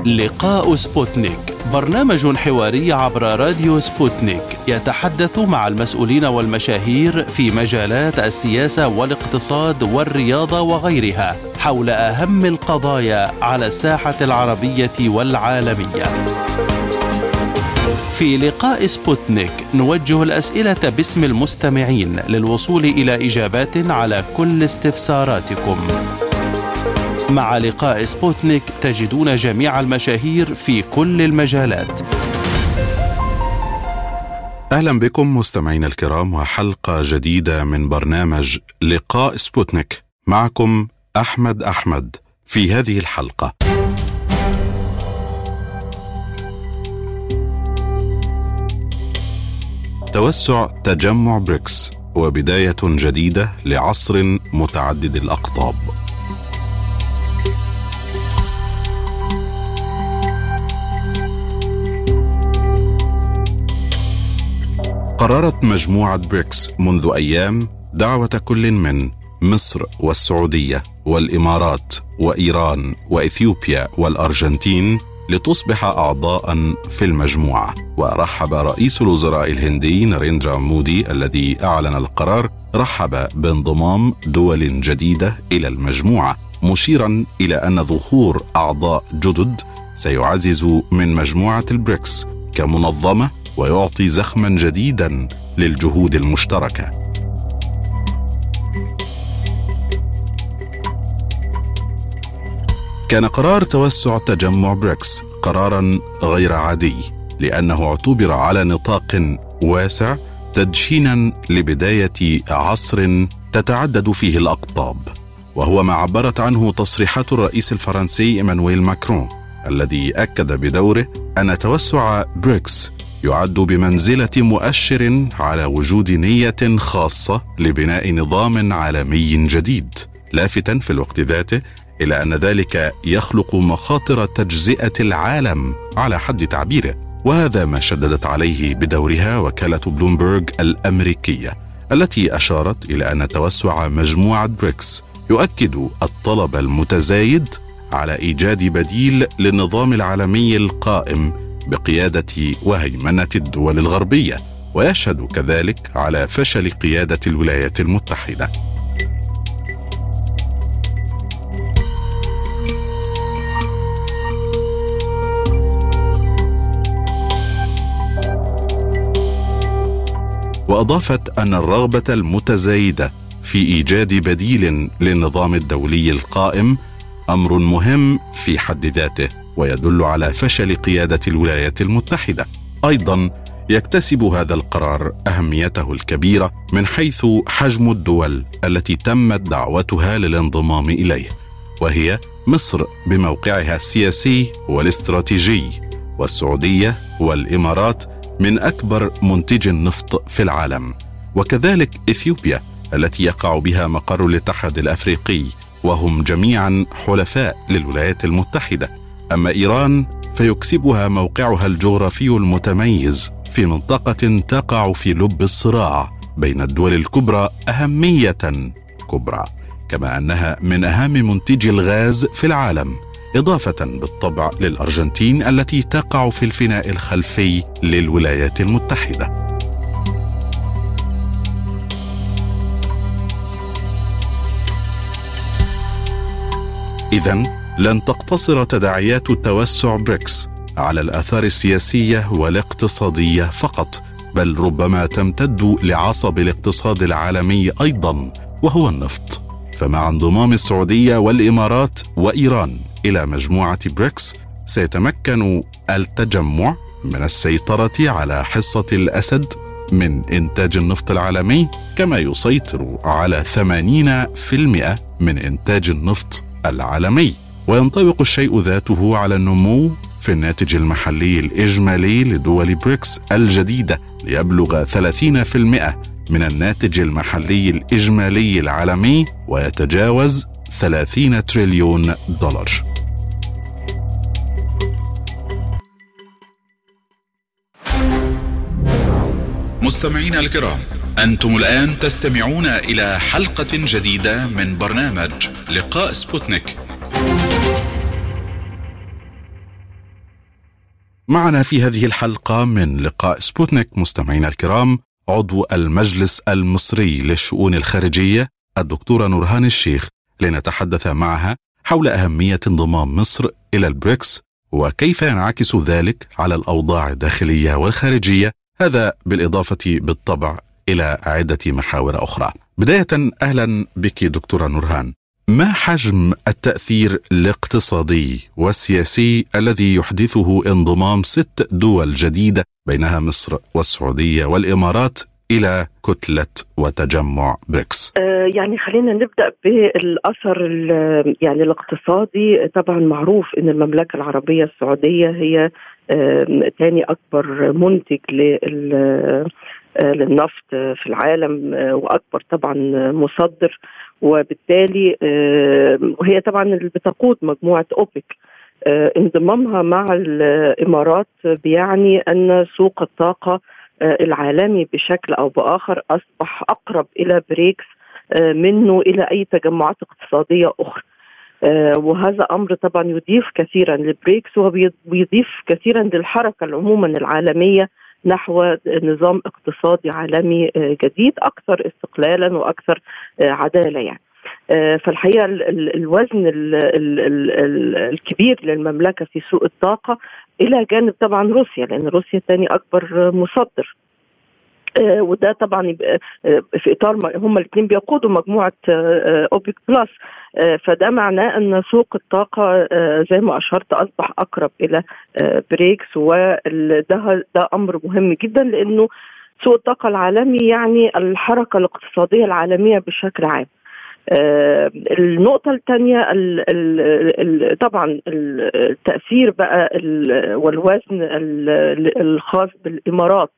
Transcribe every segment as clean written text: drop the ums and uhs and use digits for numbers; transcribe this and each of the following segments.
لقاء سبوتنيك، برنامج حواري عبر راديو سبوتنيك يتحدث مع المسؤولين والمشاهير في مجالات السياسة والاقتصاد والرياضة وغيرها حول أهم القضايا على الساحة العربية والعالمية. في لقاء سبوتنيك نوجه الأسئلة باسم المستمعين للوصول إلى إجابات على كل استفساراتكم. مع لقاء سبوتنيك تجدون جميع المشاهير في كل المجالات. أهلا بكم مستمعينا الكرام وحلقة جديدة من برنامج لقاء سبوتنيك. معكم أحمد في هذه الحلقة. توسع تجمع بريكس وبداية جديدة لعصر متعدد الأقطاب. قررت مجموعة بريكس منذ أيام دعوة كل من مصر والسعودية والإمارات وإيران وإثيوبيا والأرجنتين لتصبح أعضاء في المجموعة. ورحب رئيس الوزراء الهندي ناريندرا مودي الذي أعلن القرار رحب بانضمام دول جديدة إلى المجموعة، مشيرا إلى أن ظهور أعضاء جدد سيعزز من مجموعة البريكس كمنظمة ويعطي زخما جديدا للجهود المشتركة. كان قرار توسع تجمع بريكس قرارا غير عادي، لأنه اعتبر على نطاق واسع تدشينا لبداية عصر تتعدد فيه الأقطاب، وهو ما عبرت عنه تصريحات الرئيس الفرنسي إيمانويل ماكرون الذي أكد بدوره أن توسع بريكس يعد بمنزلة مؤشر على وجود نية خاصة لبناء نظام عالمي جديد، لافتا في الوقت ذاته إلى أن ذلك يخلق مخاطر تجزئة العالم على حد تعبيره. وهذا ما شددت عليه بدورها وكالة بلومبرغ الأمريكية، التي أشارت إلى أن توسع مجموعة بريكس يؤكد الطلب المتزايد على إيجاد بديل للنظام العالمي القائم بقيادة وهيمنة الدول الغربية، ويشهد كذلك على فشل قيادة الولايات المتحدة. وأضافت أن الرغبة المتزايدة في إيجاد بديل للنظام الدولي القائم أمر مهم في حد ذاته، ويدل على فشل قيادة الولايات المتحدة. أيضا يكتسب هذا القرار أهميته الكبيرة من حيث حجم الدول التي تمت دعوتها للانضمام إليه، وهي مصر بموقعها السياسي والاستراتيجي، والسعودية والإمارات من أكبر منتج النفط في العالم، وكذلك إثيوبيا التي يقع بها مقر الاتحاد الأفريقي، وهم جميعا حلفاء للولايات المتحدة. أما إيران فيكسبها موقعها الجغرافي المتميز في منطقة تقع في لب الصراع بين الدول الكبرى أهمية كبرى، كما أنها من أهم منتجي الغاز في العالم، إضافة بالطبع للأرجنتين التي تقع في الفناء الخلفي للولايات المتحدة. إذن لن تقتصر تداعيات توسع بريكس على الآثار السياسية والاقتصادية فقط، بل ربما تمتد لعصب الاقتصاد العالمي أيضا، وهو النفط. فمع انضمام السعودية والإمارات وإيران إلى مجموعة بريكس سيتمكن التجمع من السيطرة على حصة الأسد من إنتاج النفط العالمي، كما يسيطر على 80% من إنتاج النفط العالمي. وينطبق الشيء ذاته على النمو في الناتج المحلي الإجمالي لدول بريكس الجديدة ليبلغ 30% من الناتج المحلي الإجمالي العالمي ويتجاوز 30 تريليون دولار. مستمعينا الكرام، أنتم الآن تستمعون إلى حلقة جديدة من برنامج لقاء سبوتنيك. معنا في هذه الحلقة من لقاء سبوتنيك مستمعينا الكرام عضو المجلس المصري للشؤون الخارجية الدكتورة نورهان الشيخ، لنتحدث معها حول أهمية انضمام مصر إلى البريكس وكيف ينعكس ذلك على الأوضاع الداخلية والخارجية، هذا بالإضافة بالطبع إلى عدة محاور أخرى. بداية أهلا بك دكتورة نورهان، ما حجم التأثير الاقتصادي والسياسي الذي يحدثه انضمام 6 دول جديدة بينها مصر والسعودية والإمارات إلى كتلة وتجمع بريكس؟ يعني خلينا نبدأ بالأثر يعني الاقتصادي. طبعا معروف أن المملكة العربية السعودية هي ثاني أكبر منتج للنفط في العالم، وأكبر طبعا مصدر، وبالتالي وهي طبعا اللي بتقود مجموعة أوبك. انضمامها مع الإمارات بيعني أن سوق الطاقة العالمي بشكل أو بآخر أصبح أقرب إلى بريكس منه إلى أي تجمعات اقتصادية أخرى، وهذا أمر طبعا يضيف كثيرا للبريكس ويضيف كثيرا للحركة عموما العالمية نحو نظام اقتصادي عالمي جديد أكثر استقلالا وأكثر عدالة يعني. فالحقيقة الوزن الكبير للمملكة في سوق الطاقة إلى جانب طبعا روسيا، لأن روسيا ثاني أكبر مصدر، وده طبعا في إطار هم الاثنين بيقودوا مجموعة أوبك بلس. فده معناه أن سوق الطاقة زي ما أشرت أصبح أقرب إلى بريكس، وده أمر مهم جدا، لأنه سوق الطاقة العالمي يعني الحركة الاقتصادية العالمية بشكل عام. النقطة الثانية طبعا التأثير بقى والوزن الخاص بالإمارات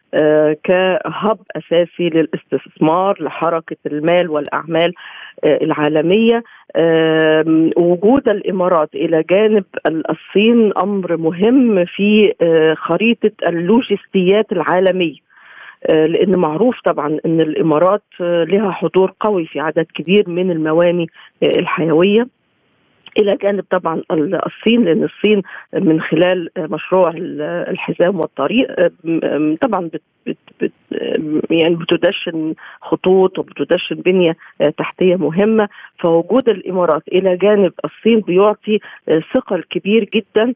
كهب أساسي للاستثمار لحركة المال والأعمال العالمية. وجود الإمارات إلى جانب الصين أمر مهم في خريطة اللوجستيات العالمية، لأن معروف طبعا أن الإمارات لها حضور قوي في عدد كبير من الموانئ الحيوية، إلى جانب طبعا الصين، لأن الصين من خلال مشروع الحزام والطريق طبعا يعني بتدشن خطوط وبتدشن بنية تحتية مهمة. فوجود الإمارات إلى جانب الصين بيعطي ثقل كبير جدا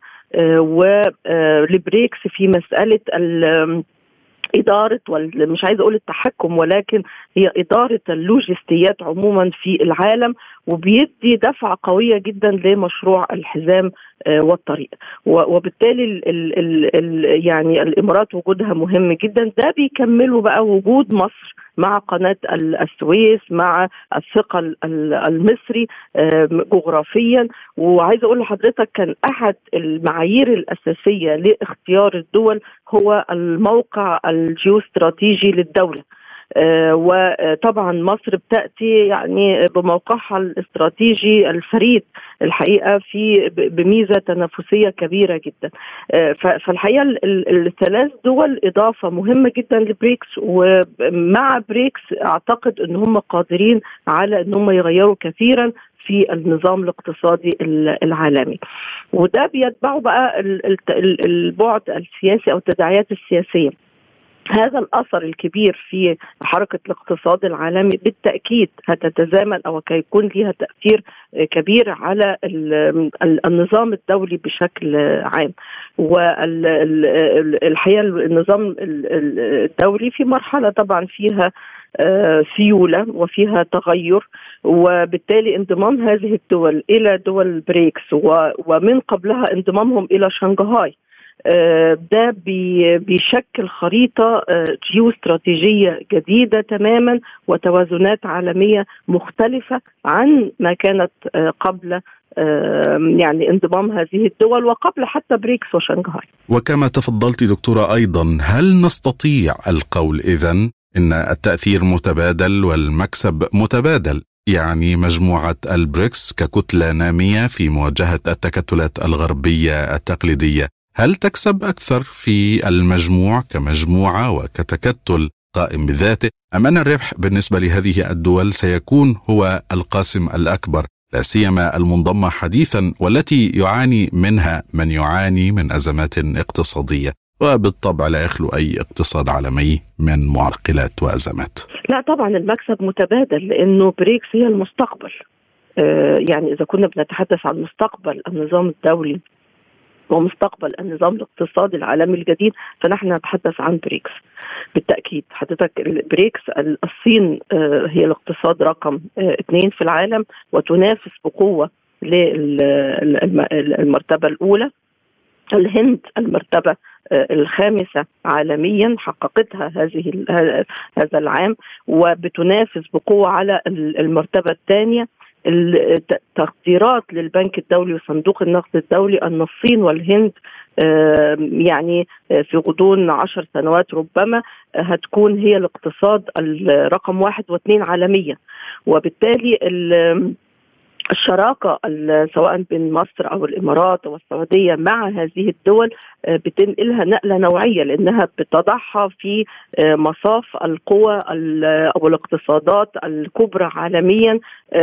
ولبريكس في مسألة إدارة، مش عايزة أقول التحكم، ولكن هي إدارة اللوجستيات عموما في العالم، وبيدي دفعة قوية جدا لمشروع الحزام والطريق. وبالتالي يعني الإمارات وجودها مهم جدا. ده بيكملوا بقى وجود مصر مع قناة السويس، مع الثقل المصري جغرافيا. وعايزة أقول لحضرتك كان أحد المعايير الأساسية لاختيار الدول هو الموقع الجيوستراتيجي للدولة، وطبعا مصر بتأتي يعني بموقعها الاستراتيجي الفريد الحقيقة بميزة تنافسية كبيرة جدا. فالحقيقة الثلاث دول إضافة مهمة جدا لبريكس، ومع بريكس أعتقد أن هم قادرين على أن هم يغيروا كثيرا في النظام الاقتصادي العالمي. وده بيتبعه بقى البعد السياسي أو التداعيات السياسية. هذا الأثر الكبير في حركة الاقتصاد العالمي بالتأكيد هتتزامن أو كيكون لها تأثير كبير على النظام الدولي بشكل عام. والحقيقة النظام الدولي في مرحلة طبعا فيها سيولة وفيها تغير، وبالتالي انضمام هذه الدول إلى دول بريكس ومن قبلها انضمامهم إلى شنغهاي ده بيشكل خريطة جيوستراتيجية جديدة تماما وتوازنات عالمية مختلفة عن ما كانت قبل يعني انضمام هذه الدول وقبل حتى بريكس وشنغهاي. وكما تفضلت دكتورة أيضا، هل نستطيع القول إذن إن التأثير متبادل والمكسب متبادل؟ يعني مجموعة البريكس ككتلة نامية في مواجهة التكتلات الغربية التقليدية، هل تكسب أكثر في المجموع كمجموعة وكتكتل قائم بذاته، أم أن الربح بالنسبة لهذه الدول سيكون هو القاسم الأكبر لا سيما المنضمة حديثا والتي يعاني منها من يعاني من أزمات اقتصادية، وبالطبع لا يخلو أي اقتصاد عالمي من معرقلات وأزمات. لا طبعا المكسب متبادل، لأنه بريكس هي المستقبل. يعني إذا كنا بنتحدث عن مستقبل النظام الدولي ومستقبل النظام الاقتصادي العالمي الجديد، فنحن نتحدث عن بريكس بالتأكيد. حضرتك البريكس، الصين هي الاقتصاد رقم 2 في العالم، وتنافس بقوة للمرتبة الأولى. الهند المرتبة الخامسة عالميا، حققتها هذا العام، وبتنافس بقوة على المرتبة الثانية. التقديرات للبنك الدولي وصندوق النقد الدولي أن الصين والهند يعني في غضون 10 سنوات ربما هتكون هي الاقتصاد الرقم 1 و2 عالميا. وبالتالي الشراكة سواء بين مصر أو الإمارات والسعودية مع هذه الدول بتنقلها نقلة نوعية، لأنها بتضعها في مصاف القوى أو الاقتصادات الكبرى عالميا.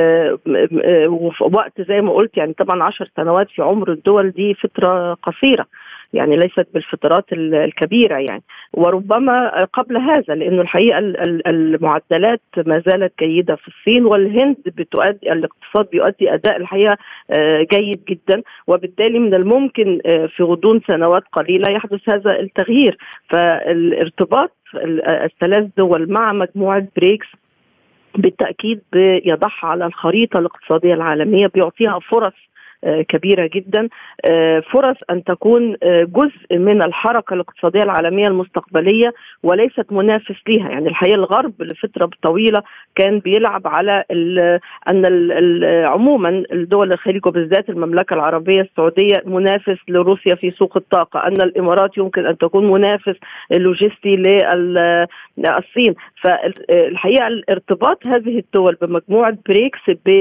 وفي وقت زي ما قلت، يعني طبعا 10 سنوات في عمر الدول دي فترة قصيرة، يعني ليست بالفترات الكبيرة يعني، وربما قبل هذا، لأنه الحقيقة المعدلات ما زالت جيدة في الصين، والهند بتؤدي الاقتصاد بيؤدي أداء الحقيقة جيد جدا، وبالتالي من الممكن في غضون سنوات قليلة يحدث هذا التغيير. فالارتباط الثلاث دول مع مجموعة بريكس بالتأكيد بيضعها على الخريطة الاقتصادية العالمية، بيعطيها فرص كبيرة جدا، فرص أن تكون جزء من الحركة الاقتصادية العالمية المستقبلية وليست منافس لها. يعني الحقيقة الغرب لفترة طويلة كان بيلعب على أن عموما الدول الخليج وبالذات المملكة العربية السعودية منافس لروسيا في سوق الطاقة، أن الإمارات يمكن أن تكون منافس لوجستي للصين. فالحقيقة الارتباط هذه الدول بمجموعة بريكس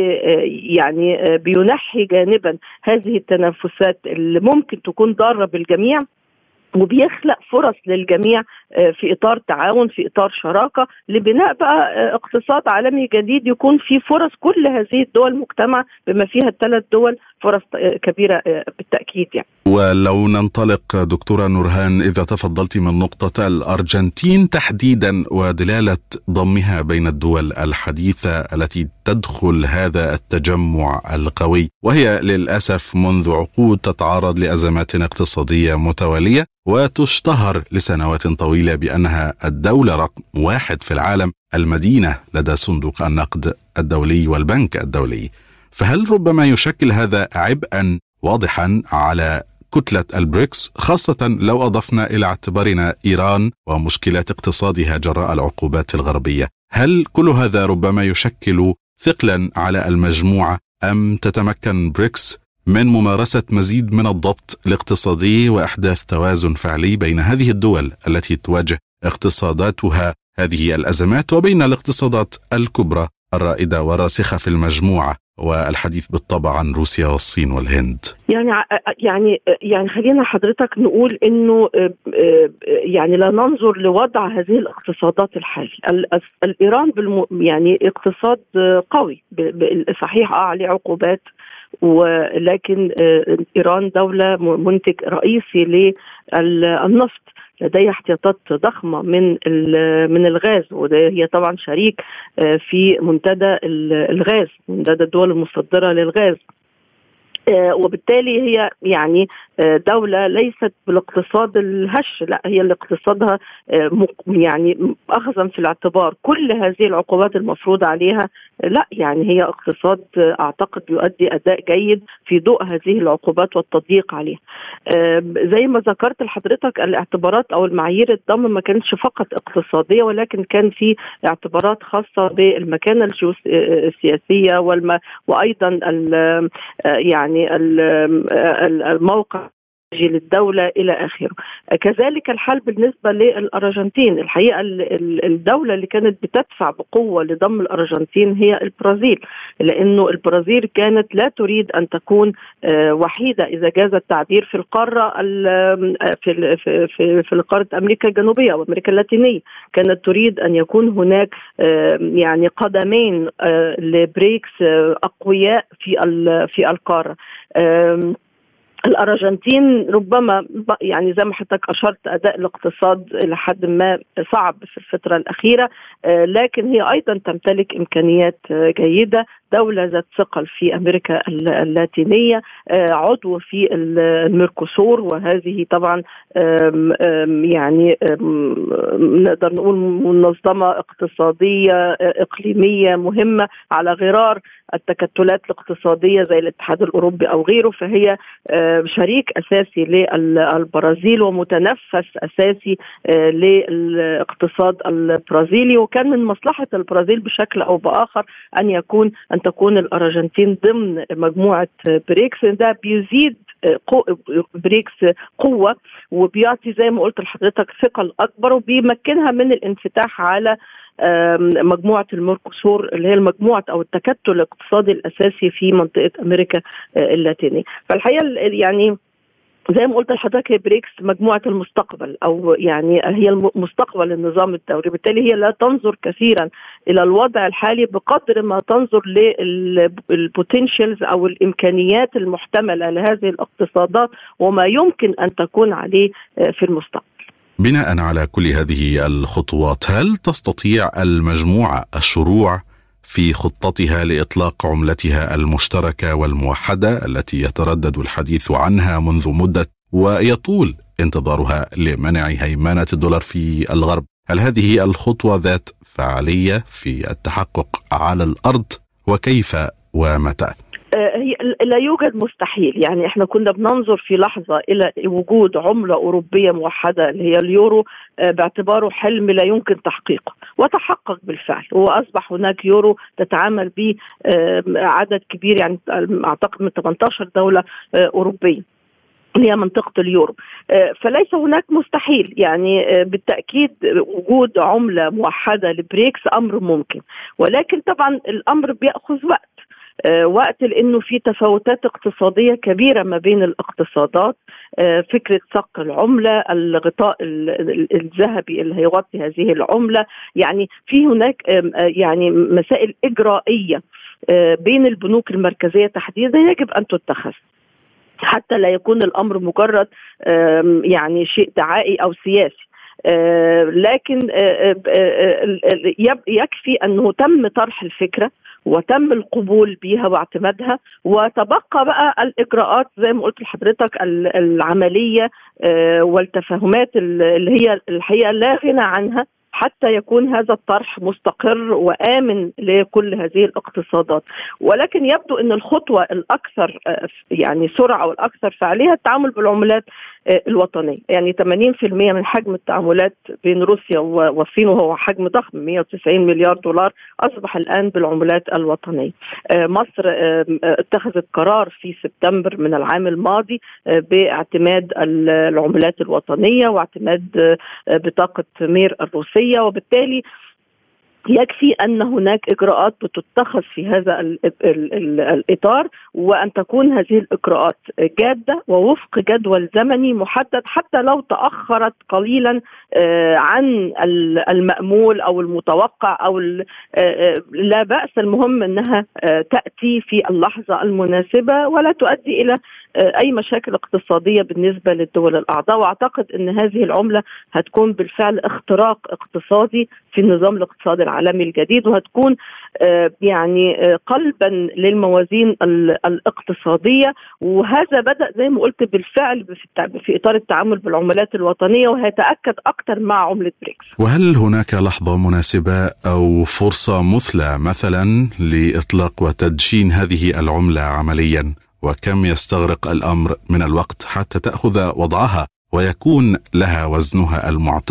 يعني بينحي جانبا هذه التنافسات اللي ممكن تكون ضارة بالجميع، وبيخلق فرص للجميع في إطار تعاون، في إطار شراكة، لبناء بقى اقتصاد عالمي جديد يكون فيه فرص كل هذه الدول مجتمع بما فيها ال3 دول، فرص كبيرة بالتأكيد يعني. ولو ننطلق دكتورة نورهان، إذا تفضلت من نقطة الأرجنتين تحديدا ودلالة ضمها بين الدول الحديثة التي تدخل هذا التجمع القوي، وهي للأسف منذ عقود تتعرض لأزمات اقتصادية متوالية، وتشتهر لسنوات طويلة بأنها الدولة رقم 1 في العالم، المدينة لدى صندوق النقد الدولي والبنك الدولي. فهل ربما يشكل هذا عبئا واضحا على كتلة البريكس، خاصة لو أضفنا إلى اعتبارنا إيران ومشكلات اقتصادها جراء العقوبات الغربية؟ هل كل هذا ربما يشكل ثقلا على المجموعة، أم تتمكن بريكس من ممارسة مزيد من الضبط الاقتصادي وإحداث توازن فعلي بين هذه الدول التي تواجه اقتصاداتها هذه الأزمات وبين الاقتصادات الكبرى الرائدة والراسخة في المجموعة، والحديث بالطبع عن روسيا والصين والهند؟ يعني خلينا حضرتك نقول إنه يعني لا ننظر لوضع هذه الاقتصادات الحالي. الإيران يعني اقتصاد قوي صحيح، عليه عقوبات، ولكن إيران دولة منتج رئيسي للنفط، لديها احتياطات ضخمة من الغاز، وهي طبعا شريك في منتدى الغاز، منتدى الدول المصدرة للغاز. وبالتالي هي يعني دولة ليست بالاقتصاد الهش، لا هي اللي اقتصادها يعني أخذا في الاعتبار كل هذه العقوبات المفروضة عليها، لا يعني هي اقتصاد أعتقد يؤدي أداء جيد في ضوء هذه العقوبات والتضييق عليها. زي ما ذكرت لحضرتك، الاعتبارات أو المعايير الضم ما كانتش فقط اقتصادية، ولكن كان في اعتبارات خاصة بالمكانة السياسية وأيضا يعني الموقع للدولة إلى آخره. كذلك الحال بالنسبة للأرجنتين. الحقيقة الدولة اللي كانت بتدفع بقوة لضم الأرجنتين هي البرازيل، لأنه البرازيل كانت لا تريد أن تكون وحيدة إذا جاز التعبير في القارة في قارة أمريكا الجنوبية أو أمريكا اللاتينية. كانت تريد أن يكون هناك يعني قدمين لبريكس أقوياء في القارة. الأرجنتين ربما يعني زي ما حضرتك أشرت أداء الاقتصاد إلى حد ما صعب في الفترة الأخيرة، لكن هي أيضا تمتلك إمكانيات جيدة، دولة ذات ثقل في أمريكا اللاتينية، عضو في الميركوسور، وهذه طبعا يعني نقدر نقول منظمة اقتصادية إقليمية مهمة على غرار التكتلات الاقتصادية زي الاتحاد الأوروبي أو غيره. فهي شريك أساسي للبرازيل ومتنفس أساسي للاقتصاد البرازيلي، وكان من مصلحة البرازيل بشكل أو بآخر أن تكون الأرجنتين ضمن مجموعة بريكس. ده بيزيد بريكس قوة وبيعطي زي ما قلت لحضرتك ثقل أكبر، وبيمكنها من الانفتاح على مجموعة الميركوسور اللي هي المجموعة أو التكتل الاقتصادي الأساسي في منطقة أمريكا اللاتينية. فالحقيقة يعني زي ما قلت لحضرتك بريكس مجموعة المستقبل، أو يعني هي مستقبل النظام الدولي، بالتالي هي لا تنظر كثيرا إلى الوضع الحالي بقدر ما تنظر للبوتنشلز أو الإمكانيات المحتملة لهذه الاقتصادات وما يمكن أن تكون عليه في المستقبل. بناء على كل هذه الخطوات، هل تستطيع المجموعة الشروع في خطتها لإطلاق عملتها المشتركة والموحدة التي يتردد الحديث عنها منذ مدة ويطول انتظارها لمنع هيمنة الدولار في الغرب؟ هل هذه الخطوة ذات فعالية في التحقق على الأرض، وكيف ومتى؟ لا يوجد مستحيل. يعني احنا كنا بننظر في لحظة إلى وجود عملة أوروبية موحدة اللي هي اليورو باعتباره حلم لا يمكن تحقيقه، وتحقق بالفعل، وأصبح هناك يورو تتعامل به عدد كبير، يعني أعتقد من 18 دولة أوروبية هي منطقة اليورو. فليس هناك مستحيل، يعني بالتأكيد وجود عملة موحدة لبريكس أمر ممكن، ولكن طبعا الأمر بيأخذ وقت لأنه في تفاوتات اقتصادية كبيرة ما بين الاقتصادات. فكرة صك العملة، الغطاء الذهبي اللي هيغطي هذه العملة، يعني في هناك يعني مسائل إجرائية بين البنوك المركزية تحديدا يجب أن تتخذ حتى لا يكون الأمر مجرد يعني شيء دعائي أو سياسي. لكن يكفي أنه تم طرح الفكرة وتم القبول بها واعتمادها، وتبقى بقى الإجراءات زي ما قلت لحضرتك العملية والتفاهمات اللي هي الحقيقة لا غنى عنها حتى يكون هذا الطرح مستقر وآمن لكل هذه الاقتصادات. ولكن يبدو أن الخطوة الأكثر يعني سرعة والأكثر فعالية التعامل بالعملات الوطنية. يعني 80% من حجم التعاملات بين روسيا والصين، وهو حجم ضخم 190 مليار دولار، أصبح الآن بالعملات الوطنية. مصر اتخذت قرار في سبتمبر من العام الماضي باعتماد العملات الوطنية واعتماد بطاقة مير الروسية، وبالتالي يكفي أن هناك إجراءات بتتخذ في هذا الإطار، وأن تكون هذه الإجراءات جادة ووفق جدول زمني محدد حتى لو تأخرت قليلا عن المأمول أو المتوقع أو لا بأس. المهم أنها تأتي في اللحظة المناسبة ولا تؤدي إلى أي مشاكل اقتصادية بالنسبة للدول الأعضاء. وأعتقد أن هذه العملة هتكون بالفعل اختراق اقتصادي في النظام الاقتصادي العالمي الجديد، وهتكون يعني قلبا للموازين الاقتصادية. وهذا بدأ زي ما قلت بالفعل في إطار التعامل بالعملات الوطنية، وهيتأكد أكثر مع عملة بريكس. وهل هناك لحظة مناسبة أو فرصة مثلى مثلا لإطلاق وتدشين هذه العملة عمليا؟ وكم يستغرق الأمر من الوقت حتى تأخذ وضعها ويكون لها وزنها المعتبر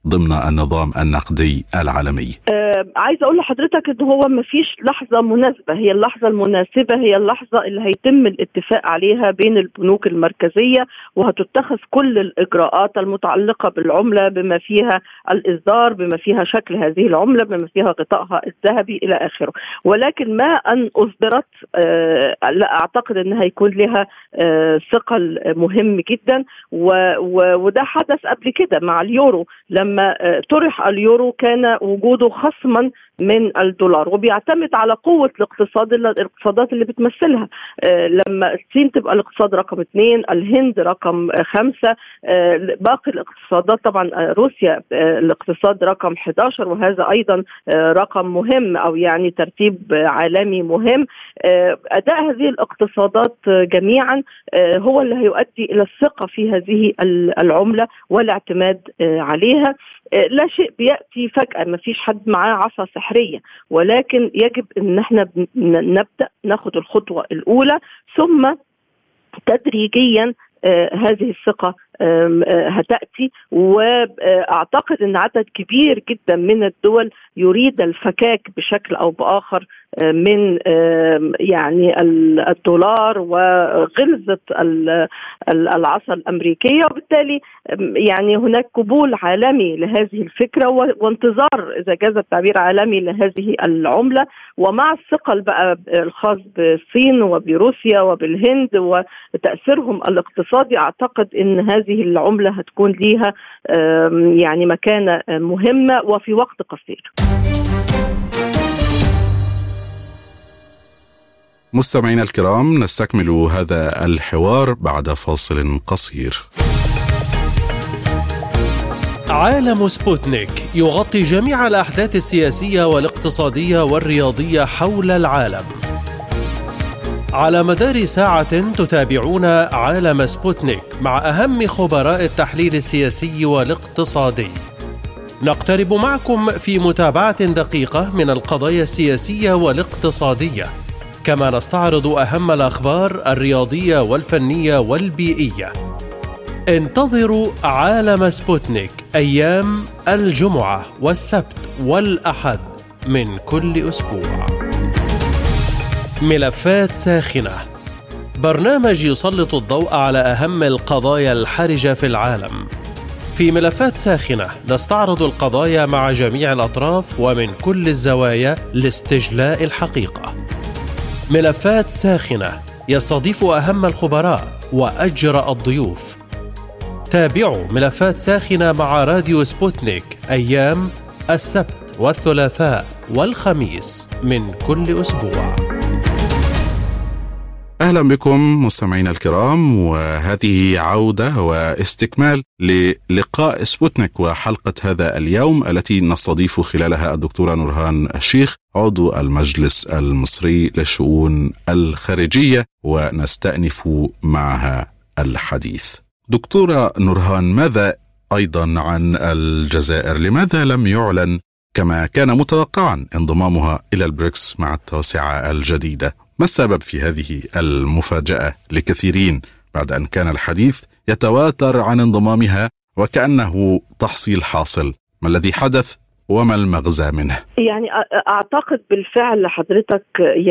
ضمن النظام النقدي العالمي؟ عايز أقول لحضرتك إن هو ما فيش لحظة مناسبة، هي اللحظة المناسبة هي اللحظة اللي هيتم الاتفاق عليها بين البنوك المركزية، وهتتخذ كل الإجراءات المتعلقة بالعملة بما فيها الإصدار، بما فيها شكل هذه العملة، بما فيها غطائها الذهبي إلى آخره. ولكن ما أن أصدرت لا أعتقد أن هيكون لها ثقل مهم جدا، وده حدث قبل كده مع اليورو. لما طرح اليورو كان وجوده خصما من الدولار، وبيعتمد على قوة الاقتصادات اللي بتمثلها. لما الصين تبقى الاقتصاد رقم 2، الهند رقم 5، باقي الاقتصادات طبعا روسيا الاقتصاد رقم 11، وهذا أيضا رقم مهم أو يعني ترتيب عالمي مهم. أداء هذه الاقتصادات جميعا هو اللي هيؤدي إلى الثقة في هذه العملة والاعتماد عليها. لا شيء بيأتي فجأة، ما فيش حد معاه عصا سحرية، ولكن يجب ان احنا نبدأ ناخد الخطوة الأولى، ثم تدريجيا هذه الثقة هتأتي. وأعتقد أن عدد كبير جدا من الدول يريد الفكاك بشكل أو بآخر من يعني الدولار وغلظة العصا الأمريكية، وبالتالي يعني هناك قبول عالمي لهذه الفكرة وانتظار إذا جاز التعبير عالمي لهذه العملة. ومع الثقل بقى الخاص بالصين وبروسيا وبالهند وتأثيرهم الاقتصادي، أعتقد أن هذه العملة هتكون ليها يعني مكانة مهمة وفي وقت قصير. مستمعينا الكرام، نستكمل هذا الحوار بعد فاصل قصير. عالم سبوتنيك يغطي جميع الأحداث السياسية والاقتصادية والرياضية حول العالم. على مدار ساعة تتابعون عالم سبوتنيك مع أهم خبراء التحليل السياسي والاقتصادي. نقترب معكم في متابعة دقيقة من القضايا السياسية والاقتصادية، كما نستعرض أهم الأخبار الرياضية والفنية والبيئية. انتظروا عالم سبوتنيك أيام الجمعة والسبت والأحد من كل أسبوع. ملفات ساخنة، برنامج يسلط الضوء على أهم القضايا الحرجة في العالم. في ملفات ساخنة نستعرض القضايا مع جميع الأطراف ومن كل الزوايا لاستجلاء الحقيقة. ملفات ساخنة يستضيف أهم الخبراء وأجرأ الضيوف. تابعوا ملفات ساخنة مع راديو سبوتنيك أيام السبت والثلاثاء والخميس من كل أسبوع. أهلا بكم مستمعينا الكرام، وهذه عودة واستكمال للقاء سبوتنيك وحلقة هذا اليوم التي نستضيف خلالها الدكتورة نورهان الشيخ عضو المجلس المصري للشؤون الخارجية، ونستأنف معها الحديث. دكتورة نورهان، ماذا أيضا عن الجزائر؟ لماذا لم يعلن كما كان متوقعا انضمامها إلى البريكس مع التوسعة الجديدة؟ ما السبب في هذه المفاجأة لكثيرين بعد أن كان الحديث يتواتر عن انضمامها وكأنه تحصيل حاصل؟ ما الذي حدث وما المغزى منه؟ يعني أعتقد بالفعل حضرتك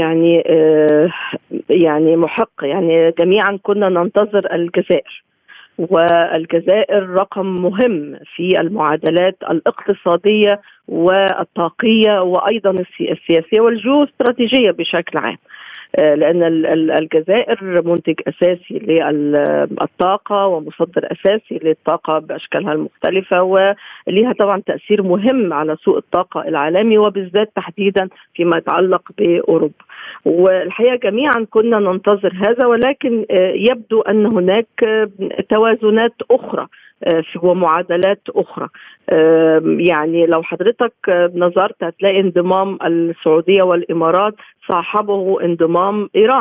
يعني محق، يعني جميعا كنا ننتظر الجزائر، والجزائر رقم مهم في المعادلات الاقتصادية والطاقية وأيضا السياسية والجيوستراتيجية بشكل عام، لأن الجزائر منتج أساسي للطاقة ومصدر أساسي للطاقة بأشكالها المختلفة، وليها طبعا تأثير مهم على سوق الطاقة العالمي وبالذات تحديدا فيما يتعلق بأوروبا. والحقيقة جميعا كنا ننتظر هذا، ولكن يبدو أن هناك توازنات أخرى ومعادلات أخرى. يعني لو حضرتك نظرت هتلاقي انضمام السعودية والإمارات صاحبه انضمام إيران،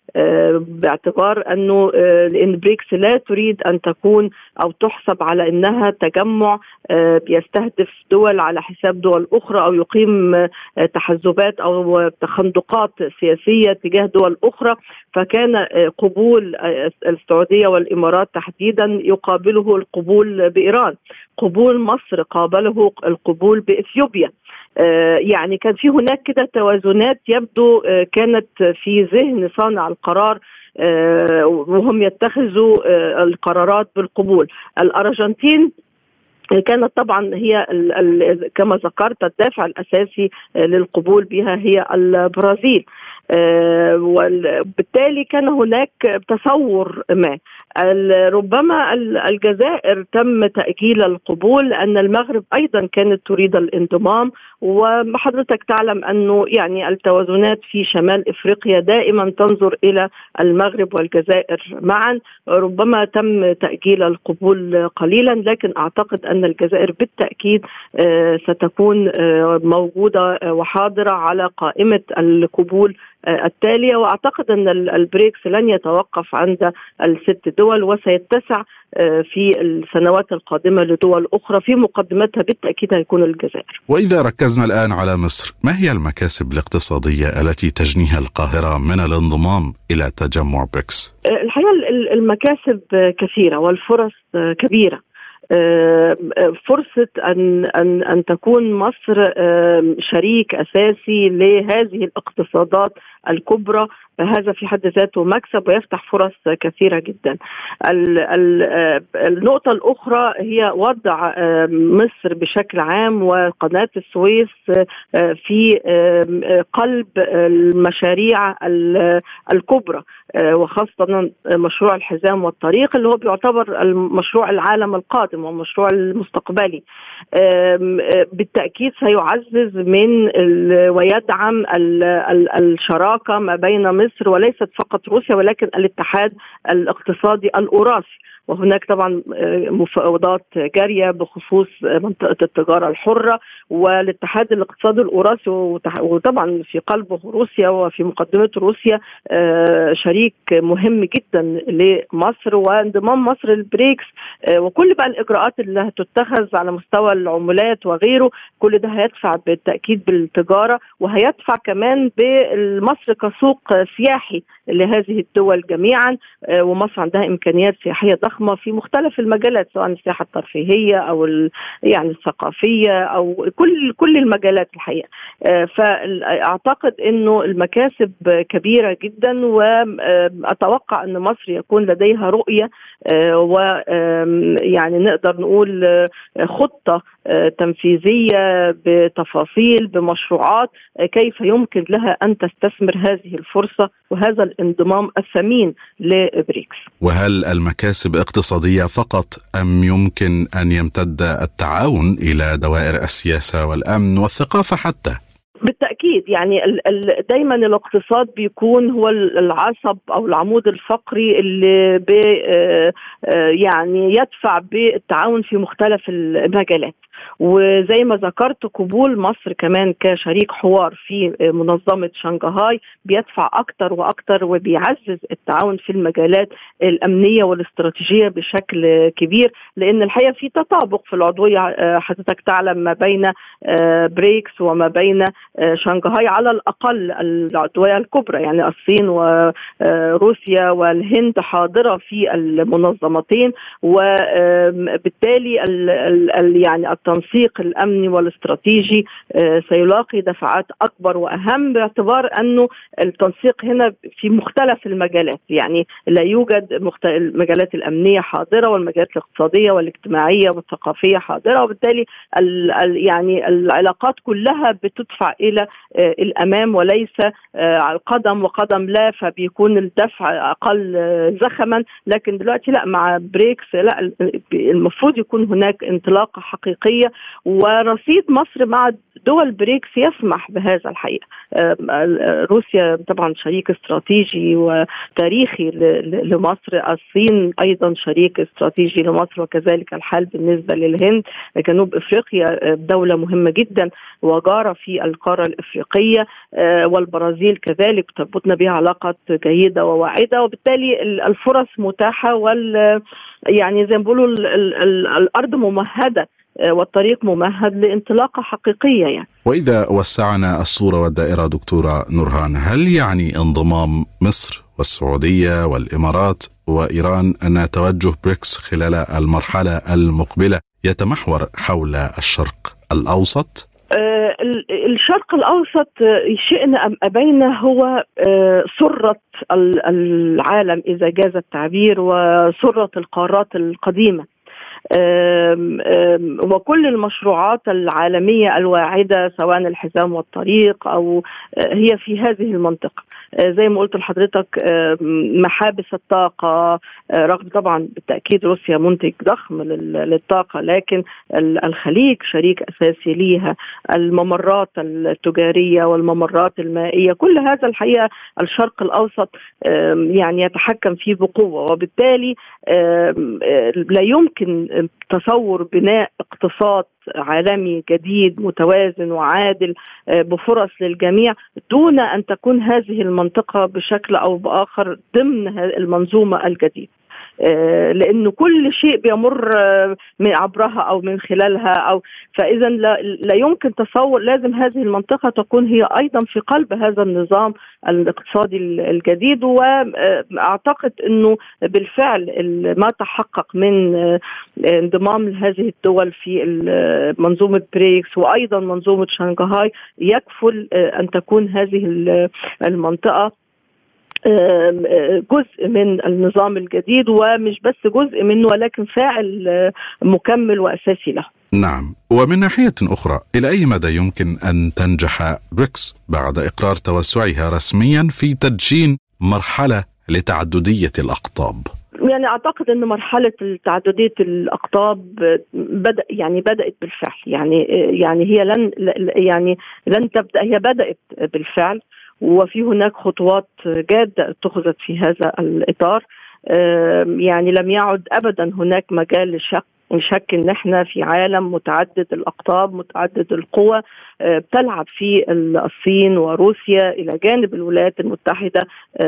باعتبار أنه لأن بريكس لا تريد أن تكون أو تحسب على أنها تجمع بيستهدف دول على حساب دول أخرى أو يقيم تحزبات أو تخندقات سياسية تجاه دول أخرى. فكان قبول السعودية والإمارات تحديدا يقابله القبول بإيران، قبول مصر قابله القبول بإثيوبيا. يعني كان في هناك كده توازنات يبدو كانت في ذهن صانع القرار وهم يتخذوا القرارات بالقبول. الأرجنتين كانت طبعا هي كما ذكرت الدافع الأساسي للقبول بها هي البرازيل، وبالتالي كان هناك تصور ما. ربما الجزائر تم تأجيل القبول لأن المغرب أيضا كانت تريد الانضمام، وحضرتك تعلم أنه يعني التوازنات في شمال إفريقيا دائما تنظر إلى المغرب والجزائر معا. ربما تم تأجيل القبول قليلا، لكن أعتقد أن الجزائر بالتأكيد ستكون موجودة وحاضرة على قائمة القبول التالية. وأعتقد أن البريكس لن يتوقف عند ال6 دول وسيتسع في السنوات القادمة لدول أخرى، في مقدمتها بالتأكيد هيكون الجزائر. وإذا ركزنا الآن على مصر، ما هي المكاسب الاقتصادية التي تجنيها القاهرة من الانضمام إلى تجمع بريكس؟ الحقيقة المكاسب كثيرة والفرص كبيرة. فرصة أن تكون مصر شريك أساسي لهذه الاقتصادات الكبرى، هذا في حد ذاته مكسب ويفتح فرص كثيرة جدا. النقطة الأخرى هي وضع مصر بشكل عام وقناة السويس في قلب المشاريع الكبرى، وخاصة مشروع الحزام والطريق اللي هو بيعتبر المشروع العالم القادم والمشروع المستقبلي. بالتأكيد سيعزز من ويدعم الشراكة ما بين مصر وليست فقط روسيا ولكن الاتحاد الاقتصادي الأوراسي. وهناك طبعا مفاوضات جارية بخصوص منطقة التجارة الحرة والاتحاد الاقتصادي الأوراسي، وطبعا في قلبه روسيا وفي مقدمة روسيا شريك مهم جدا لمصر. وانضمام مصر للبريكس وكل بقى الإجراءات اللي هتتخذ على مستوى العملات وغيره، كل ده هيدفع بالتأكيد بالتجارة، وهيدفع كمان بمصر كسوق سياحي لهذه الدول جميعا. ومصر عندها إمكانيات سياحية ضخمة في مختلف المجالات، سواء السياحة الترفيهية أو يعني الثقافية أو كل المجالات الحقيقة. فأعتقد إنه المكاسب كبيرة جدا، وأتوقع أن مصر يكون لديها رؤية ويعني نقدر نقول خطة تنفيذية بتفاصيل بمشروعات كيف يمكن لها أن تستثمر هذه الفرصة وهذا الانضمام الثمين لبريكس. وهل المكاسب اقتصادية فقط أم يمكن أن يمتد التعاون إلى دوائر السياسة والأمن والثقافة حتى؟ بالتأكيد، يعني دايما الاقتصاد بيكون هو العصب أو العمود الفقري اللي يعني يدفع بالتعاون في مختلف المجالات. وزي ما ذكرت قبول مصر كمان كشريك حوار في منظمة شنغهاي بيدفع أكتر وأكتر وبيعزز التعاون في المجالات الأمنية والاستراتيجية بشكل كبير، لأن الحقيقة في تطابق في العضوية حضرتك تعلم ما بين بريكس وما بين شنغهاي، على الأقل العضوية الكبرى يعني الصين وروسيا والهند حاضرة في المنظمتين. وبالتالي يعني التنسيق الأمني والاستراتيجي سيلاقي دفعات أكبر وأهم، باعتبار أنه التنسيق هنا في مختلف المجالات، يعني لا يوجد المجالات الأمنية حاضرة والمجالات الاقتصادية والاجتماعية والثقافية حاضرة، وبالتالي يعني العلاقات كلها بتدفع إلى الأمام وليس قدم وقدم لا، فبيكون الدفع أقل زخما. لكن دلوقتي لا، مع بريكس لا، المفروض يكون هناك انطلاقة حقيقية الإفريقية، ورصيد مصر مع دول بريكس يسمح بهذا الحقيقة. روسيا طبعا شريك استراتيجي وتاريخي لمصر، الصين أيضا شريك استراتيجي لمصر، وكذلك الحال بالنسبة للهند. جنوب أفريقيا دولة مهمة جدا وجارة في القارة الإفريقية، والبرازيل كذلك تربطنا بها علاقات جيدة وواعدة، وبالتالي الفرص متاحة، يعني زي ما بيقولوا الأرض ممهدة والطريق ممهد لانطلاقة حقيقية يعني. وإذا وسعنا الصورة والدائرة دكتورة نورهان، هل يعني انضمام مصر والسعودية والإمارات وإيران أن توجه بريكس خلال المرحلة المقبلة يتمحور حول الشرق الأوسط؟ الشرق الأوسط شئنا أم أبينا هو سرة العالم إذا جاز التعبير، وسرة القارات القديمة، وكل المشروعات العالمية الواعدة سواء الحزام والطريق أو هي في هذه المنطقة. زي ما قلت لحضرتك، محابس الطاقة، رغم طبعا بالتأكيد روسيا منتج ضخم للطاقة، لكن الخليج شريك أساسي ليها، الممرات التجارية والممرات المائية، كل هذا الحقيقة الشرق الأوسط يعني يتحكم فيه بقوة، وبالتالي لا يمكن تصور بناء اقتصاد عالمي جديد متوازن وعادل بفرص للجميع دون أن تكون هذه المنطقة بشكل أو بآخر ضمن المنظومة الجديدة، لأنه كل شيء بيمر من عبرها أو من خلالها، فإذا لا يمكن تصور، لازم هذه المنطقة تكون هي أيضا في قلب هذا النظام الاقتصادي الجديد. وأعتقد أنه بالفعل ما تحقق من انضمام هذه الدول في منظومة بريكس وأيضا منظومة شنغهاي يكفل أن تكون هذه المنطقة جزء من النظام الجديد، ومش بس جزء منه ولكن فاعل مكمل وأساسي له. نعم. ومن ناحية أخرى، إلى أي مدى يمكن أن تنجح بريكس بعد إقرار توسعها رسميا في تدشين مرحلة لتعددية الأقطاب؟ يعني أعتقد أن مرحلة تعددية الأقطاب بدأت بالفعل، يعني هي لن تبدأ، هي بدأت بالفعل، وفي هناك خطوات جادة اتخذت في هذا الإطار. يعني لم يعد أبدا هناك مجال لشك ان احنا في عالم متعدد الاقطاب متعدد القوى، بتلعب فيه الصين وروسيا الى جانب الولايات المتحدة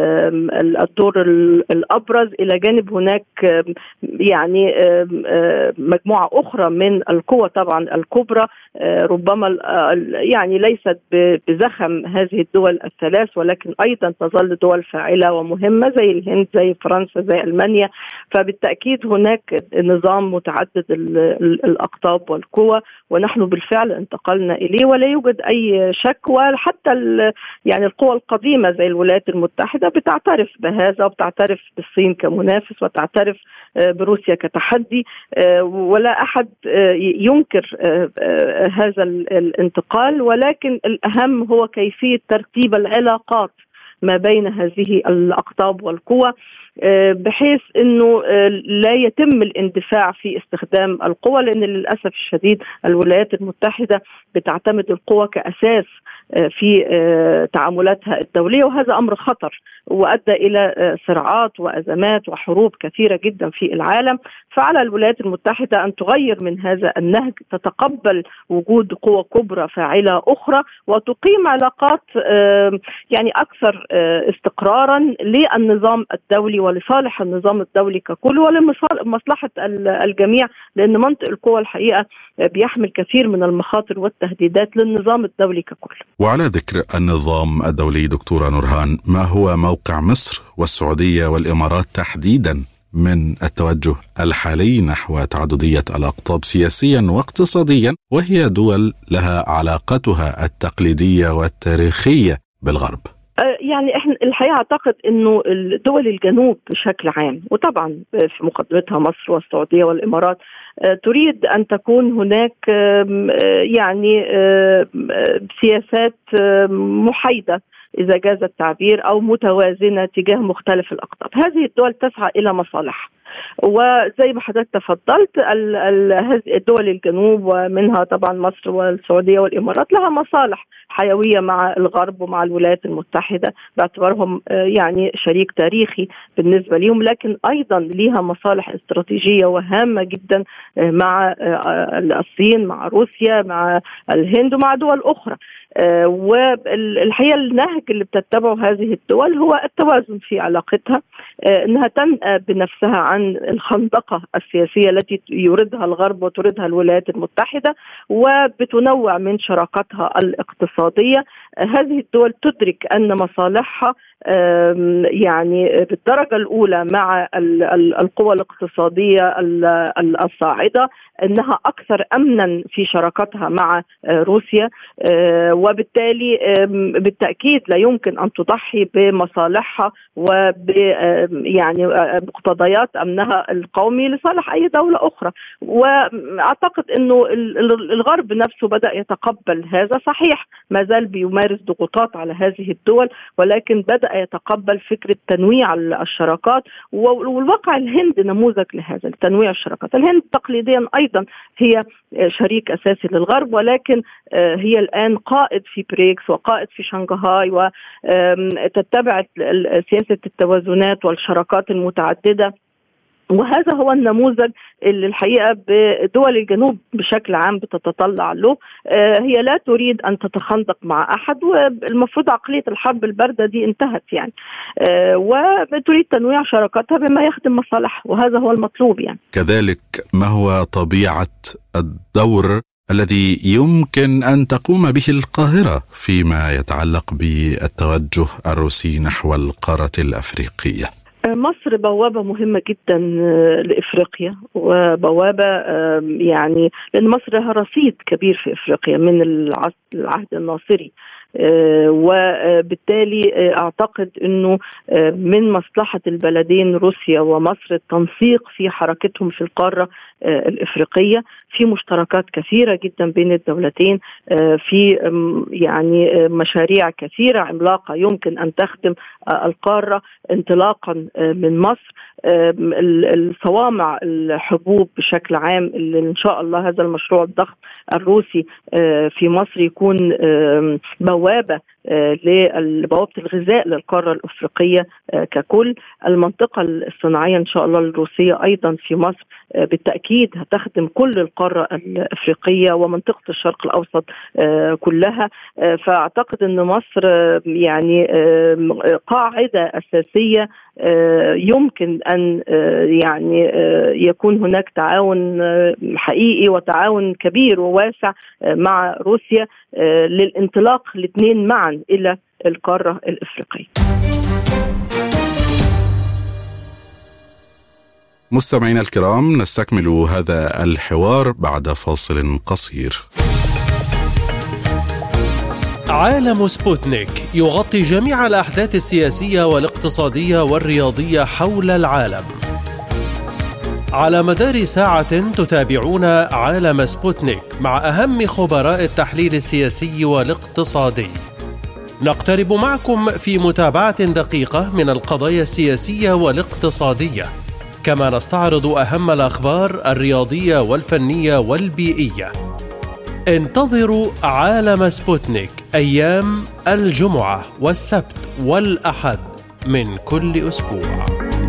الدور الابرز، الى جانب هناك يعني مجموعة اخرى من القوى طبعا الكبرى، ربما يعني ليست بزخم هذه الدول الثلاث، ولكن ايضا تظل دول فاعلة ومهمة زي الهند زي فرنسا زي المانيا. فبالتأكيد هناك نظام متعدد الأقطاب والقوى، ونحن بالفعل انتقلنا إليه ولا يوجد أي شك. وحتى يعني القوى القديمة زي الولايات المتحدة بتعترف بهذا، وبتعترف بالصين كمنافس، وتعترف بروسيا كتحدي، ولا أحد ينكر هذا الانتقال، ولكن الأهم هو كيفية ترتيب العلاقات ما بين هذه الأقطاب والقوى، بحيث أنه لا يتم الاندفاع في استخدام القوى، لأن للأسف الشديد الولايات المتحدة بتعتمد القوى كأساس في تعاملاتها الدولية، وهذا أمر خطر وأدى إلى صراعات وأزمات وحروب كثيرة جدا في العالم. فعلى الولايات المتحدة أن تغير من هذا النهج، تتقبل وجود قوى كبرى فاعلة أخرى، وتقيم علاقات يعني أكثر استقرارا للنظام الدولي ولصالح النظام الدولي ككل ولمصلحة الجميع، لأن منطق القوى الحقيقة بيحمل كثير من المخاطر والتهديدات للنظام الدولي ككل. وعلى ذكر النظام الدولي دكتورة نورهان، ما هو موقع مصر والسعودية والإمارات تحديدا من التوجه الحالي نحو تعددية الأقطاب سياسيا واقتصاديا، وهي دول لها علاقتها التقليدية والتاريخية بالغرب؟ يعني احنا الحقيقة اعتقد انه دول الجنوب بشكل عام، وطبعا في مقدمتها مصر والسعودية والامارات، تريد ان تكون هناك يعني سياسات محايدة إذا جاز التعبير أو متوازنة تجاه مختلف الأقطاب. هذه الدول تسعى إلى مصالح، وزي ما حضرتك تفضلت هذه الدول الجنوب ومنها طبعا مصر والسعودية والإمارات لها مصالح حيوية مع الغرب ومع الولايات المتحدة باعتبارهم يعني شريك تاريخي بالنسبة لهم، لكن أيضا لها مصالح استراتيجية وهامة جدا مع الصين، مع روسيا، مع الهند ومع دول أخرى. والحقيقة النهج اللي بتتبعه هذه الدول هو التوازن في علاقتها، أنها تنأى بنفسها عن الخندقة السياسية التي يريدها الغرب وتريدها الولايات المتحدة، وبتنوع من شراكتها الاقتصادية. هذه الدول تدرك أن مصالحها يعني بالدرجة الأولى مع القوى الاقتصادية الصاعدة، أنها أكثر أمنا في شراكتها مع روسيا، وبالتالي بالتأكيد لا يمكن أن تضحي بمصالحها وب يعني مقتضيات أمنها القومي لصالح أي دولة أخرى. وأعتقد أنه الغرب نفسه بدأ يتقبل هذا، صحيح ما زال بيمارس ضغوطات على هذه الدول، ولكن بدأ يتقبل فكرة تنويع الشراكات. والواقع الهند نموذج لهذا تنويع الشراكات. الهند تقليديا أيضا هي شريك أساسي للغرب، ولكن هي الآن قائد في بريكس وقائد في شنغهاي، وتتبع سياسة التوازنات والشراكات المتعددة. وهذا هو النموذج اللي الحقيقة بدول الجنوب بشكل عام بتتطلع له. هي لا تريد أن تتخندق مع أحد، والمفروض عقلية الحرب الباردة دي انتهت يعني، وبتريد تنويع شراكاتها بما يخدم مصالحها، وهذا هو المطلوب يعني. كذلك ما هو طبيعة الدور الذي يمكن أن تقوم به القاهرة فيما يتعلق بالتوجه الروسي نحو القارة الأفريقية؟ مصر بوابة مهمة جدا لإفريقيا، وبوابة يعني لأن مصر لها رصيد كبير في إفريقيا من العهد الناصري، وبالتالي أعتقد أنه من مصلحة البلدين روسيا ومصر التنسيق في حركتهم في القارة الإفريقية. في مشتركات كثيرة جدا بين الدولتين، في يعني مشاريع كثيرة عملاقة يمكن أن تخدم القارة انطلاقا من مصر. الصوامع الحبوب بشكل عام اللي إن شاء الله هذا المشروع الضخم الروسي في مصر يكون بوابة لبوابة الغذاء للقارة الأفريقية ككل. المنطقة الصناعية إن شاء الله الروسية أيضا في مصر بالتأكيد هتخدم كل القارة الأفريقية ومنطقة الشرق الأوسط كلها. فأعتقد أن مصر يعني قاعدة أساسية يمكن أن يعني يكون هناك تعاون حقيقي وتعاون كبير وواسع مع روسيا للانطلاق الاثنين معا إلى القارة الأفريقية. مستمعينا الكرام، نستكمل هذا الحوار بعد فاصل قصير. عالم سبوتنيك يغطي جميع الأحداث السياسية والاقتصادية والرياضية حول العالم. على مدار ساعة تتابعون عالم سبوتنيك مع أهم خبراء التحليل السياسي والاقتصادي. نقترب معكم في متابعة دقيقة من القضايا السياسية والاقتصادية، كما نستعرض أهم الأخبار الرياضية والفنية والبيئية. انتظروا عالم سبوتنيك أيام الجمعة والسبت والأحد من كل أسبوع.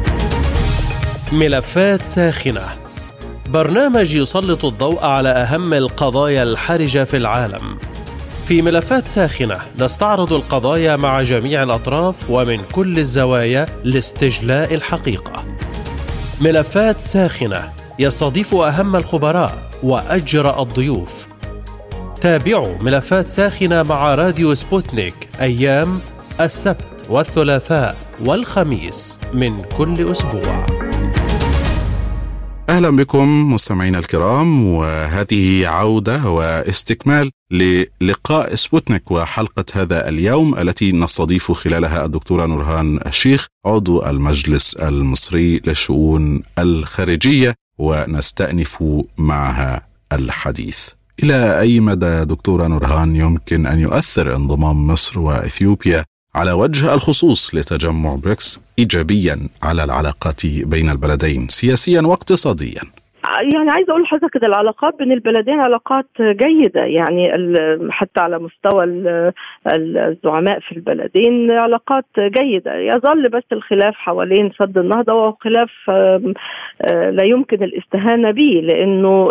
ملفات ساخنة، برنامج يسلط الضوء على أهم القضايا الحرجة في العالم. في ملفات ساخنة نستعرض القضايا مع جميع الأطراف ومن كل الزوايا لاستجلاء الحقيقة. ملفات ساخنة يستضيف أهم الخبراء وأجرأ الضيوف. تابعوا ملفات ساخنة مع راديو سبوتنيك أيام السبت والثلاثاء والخميس من كل أسبوع. أهلا بكم مستمعينا الكرام، وهذه عودة واستكمال للقاء سبوتنيك وحلقة هذا اليوم التي نستضيف خلالها الدكتورة نورهان الشيخ عضو المجلس المصري للشؤون الخارجية، ونستأنف معها الحديث. إلى أي مدى دكتورة نورهان يمكن أن يؤثر انضمام مصر وإثيوبيا على وجه الخصوص لتجمع بريكس إيجابيا على العلاقات بين البلدين سياسيا واقتصاديا؟ يعني عايزة أقول لحضرتك كده العلاقات بين البلدين علاقات جيدة، يعني حتى على مستوى الزعماء في البلدين علاقات جيدة. يظل بس الخلاف حوالين سد النهضة، وهو خلاف لا يمكن الاستهانة به، لأنه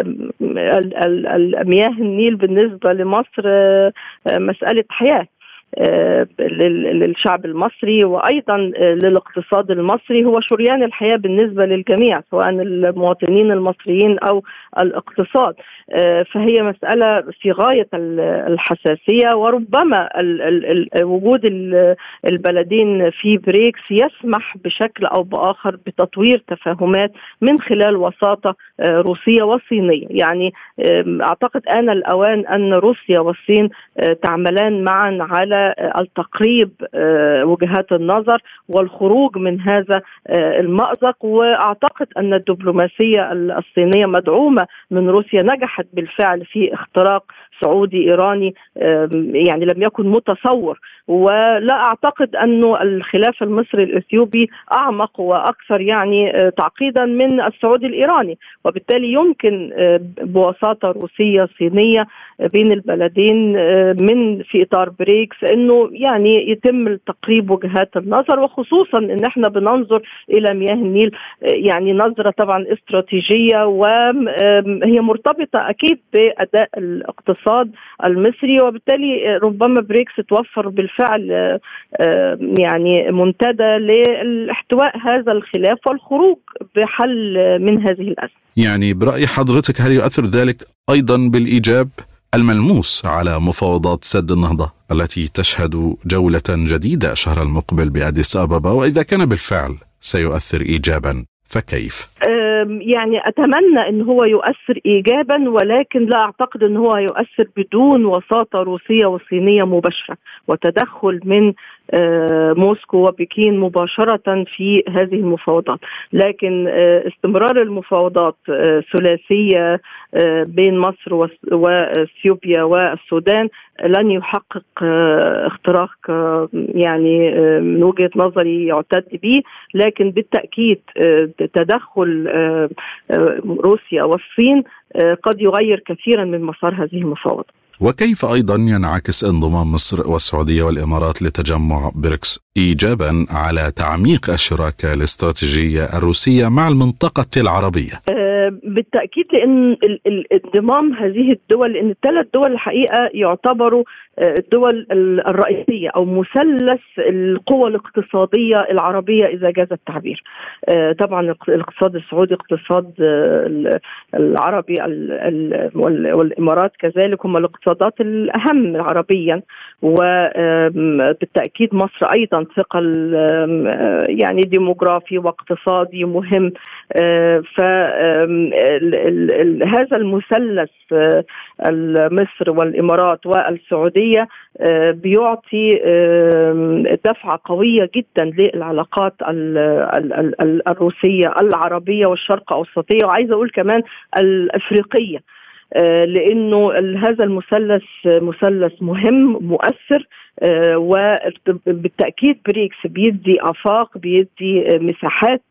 مياه النيل بالنسبة لمصر مسألة حياة للشعب المصري، وأيضا للاقتصاد المصري، هو شريان الحياة بالنسبة للجميع سواء المواطنين المصريين أو الاقتصاد. فهي مسألة في غاية الحساسية، وربما وجود البلدين في بريكس يسمح بشكل أو بآخر بتطوير تفاهمات من خلال وساطة روسية وصينية. يعني أعتقد آن الأوان أن روسيا والصين تعملان معا على التقريب وجهات النظر والخروج من هذا المأزق. وأعتقد أن الدبلوماسية الصينية مدعومة من روسيا نجحت بالفعل في اختراق سعودي إيراني يعني لم يكن متصور. ولا أعتقد أنه الخلاف المصري الإثيوبي أعمق وأكثر يعني تعقيدا من السعودي الإيراني، وبالتالي يمكن بوساطة روسية صينية بين البلدين من في إطار بريكس أنه يعني يتم تقريب وجهات النظر، وخصوصا أن احنا بننظر إلى مياه النيل يعني نظرة طبعا استراتيجية، وهي مرتبطة أكيد بأداء الاقتصاد المصري، وبالتالي ربما بريكس توفر بالفعل يعني منتدى لاحتواء هذا الخلاف والخروج بحل من هذه الأزمة. يعني برأي حضرتك هل يؤثر ذلك أيضا بالإيجاب الملموس على مفاوضات سد النهضة التي تشهد جولة جديدة الشهر المقبل بأديس أبابا؟ وإذا كان بالفعل سيؤثر إيجابا فكيف؟ يعني أتمنى أن هو يؤثر إيجابا، ولكن لا أعتقد أن هو يؤثر بدون وساطة روسية وصينية مباشرة وتدخل من موسكو وبكين مباشرة في هذه المفاوضات. لكن استمرار المفاوضات ثلاثية بين مصر وإثيوبيا والسودان لن يحقق اختراق يعني من وجهة نظري يعتد به، لكن بالتأكيد تدخل روسيا والصين قد يغير كثيرا من مسار هذه المفاوضات. وكيف أيضا ينعكس انضمام مصر والسعودية والإمارات لتجمع بريكس إيجابا على تعميق الشراكة الاستراتيجية الروسية مع المنطقة العربية؟ بالتأكيد، لأن انضمام هذه الدول، لأن الثلاث دول الحقيقة يعتبروا الدول الرئيسية أو مثلث القوى الاقتصادية العربية إذا جاز التعبير. طبعا الاقتصاد السعودي، اقتصاد العربي والإمارات كذلك هم الاقتصادات الأهم عربيا، وبالتأكيد مصر أيضا ثقل يعني ديموغرافي واقتصادي مهم. فهذا المثلث مصر والإمارات والسعودية بيعطي دفعة قوية جدا للعلاقات الروسية العربية والشرق أوسطية، وعايزة أقول كمان الأفريقية، لأنه هذا المثلث مثلث مهم مؤثر. وبالتأكيد بريكس بيدي آفاق، بيدي مساحات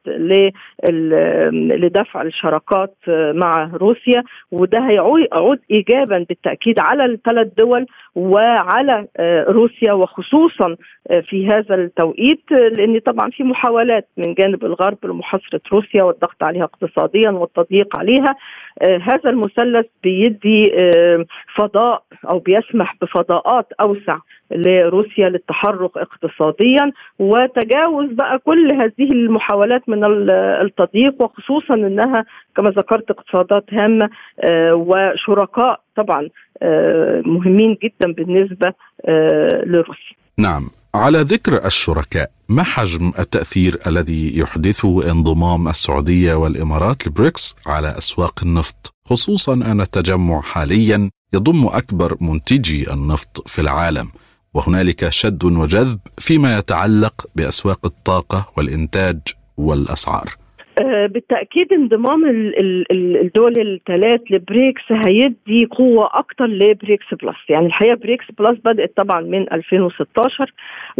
لدفع الشراكات مع روسيا، وده هيعود إيجابا بالتأكيد على الثلاث دول وعلى روسيا، وخصوصا في هذا التوقيت لأن طبعا في محاولات من جانب الغرب لمحاصرة روسيا والضغط عليها اقتصاديا والتضييق عليها. هذا المثلث بيدي فضاء أو بيسمح بفضاءات أوسع لروسيا للتحرك اقتصاديا وتجاوز بقى كل هذه المحاولات من التضييق، وخصوصا أنها كما ذكرت اقتصادات هامة وشركاء طبعا مهمين جدا بالنسبة لروسيا. نعم، على ذكر الشركاء، ما حجم التأثير الذي يحدثه انضمام السعودية والإمارات لبريكس على أسواق النفط، خصوصا أن التجمع حاليا يضم أكبر منتجي النفط في العالم، وهنالك شد وجذب فيما يتعلق بأسواق الطاقة والإنتاج والأسعار؟ بالتأكيد انضمام الدول الثلاث لبريكس هيدي قوة أكتر لبريكس بلس. يعني الحقيقة بريكس بلس بدأت طبعا من 2016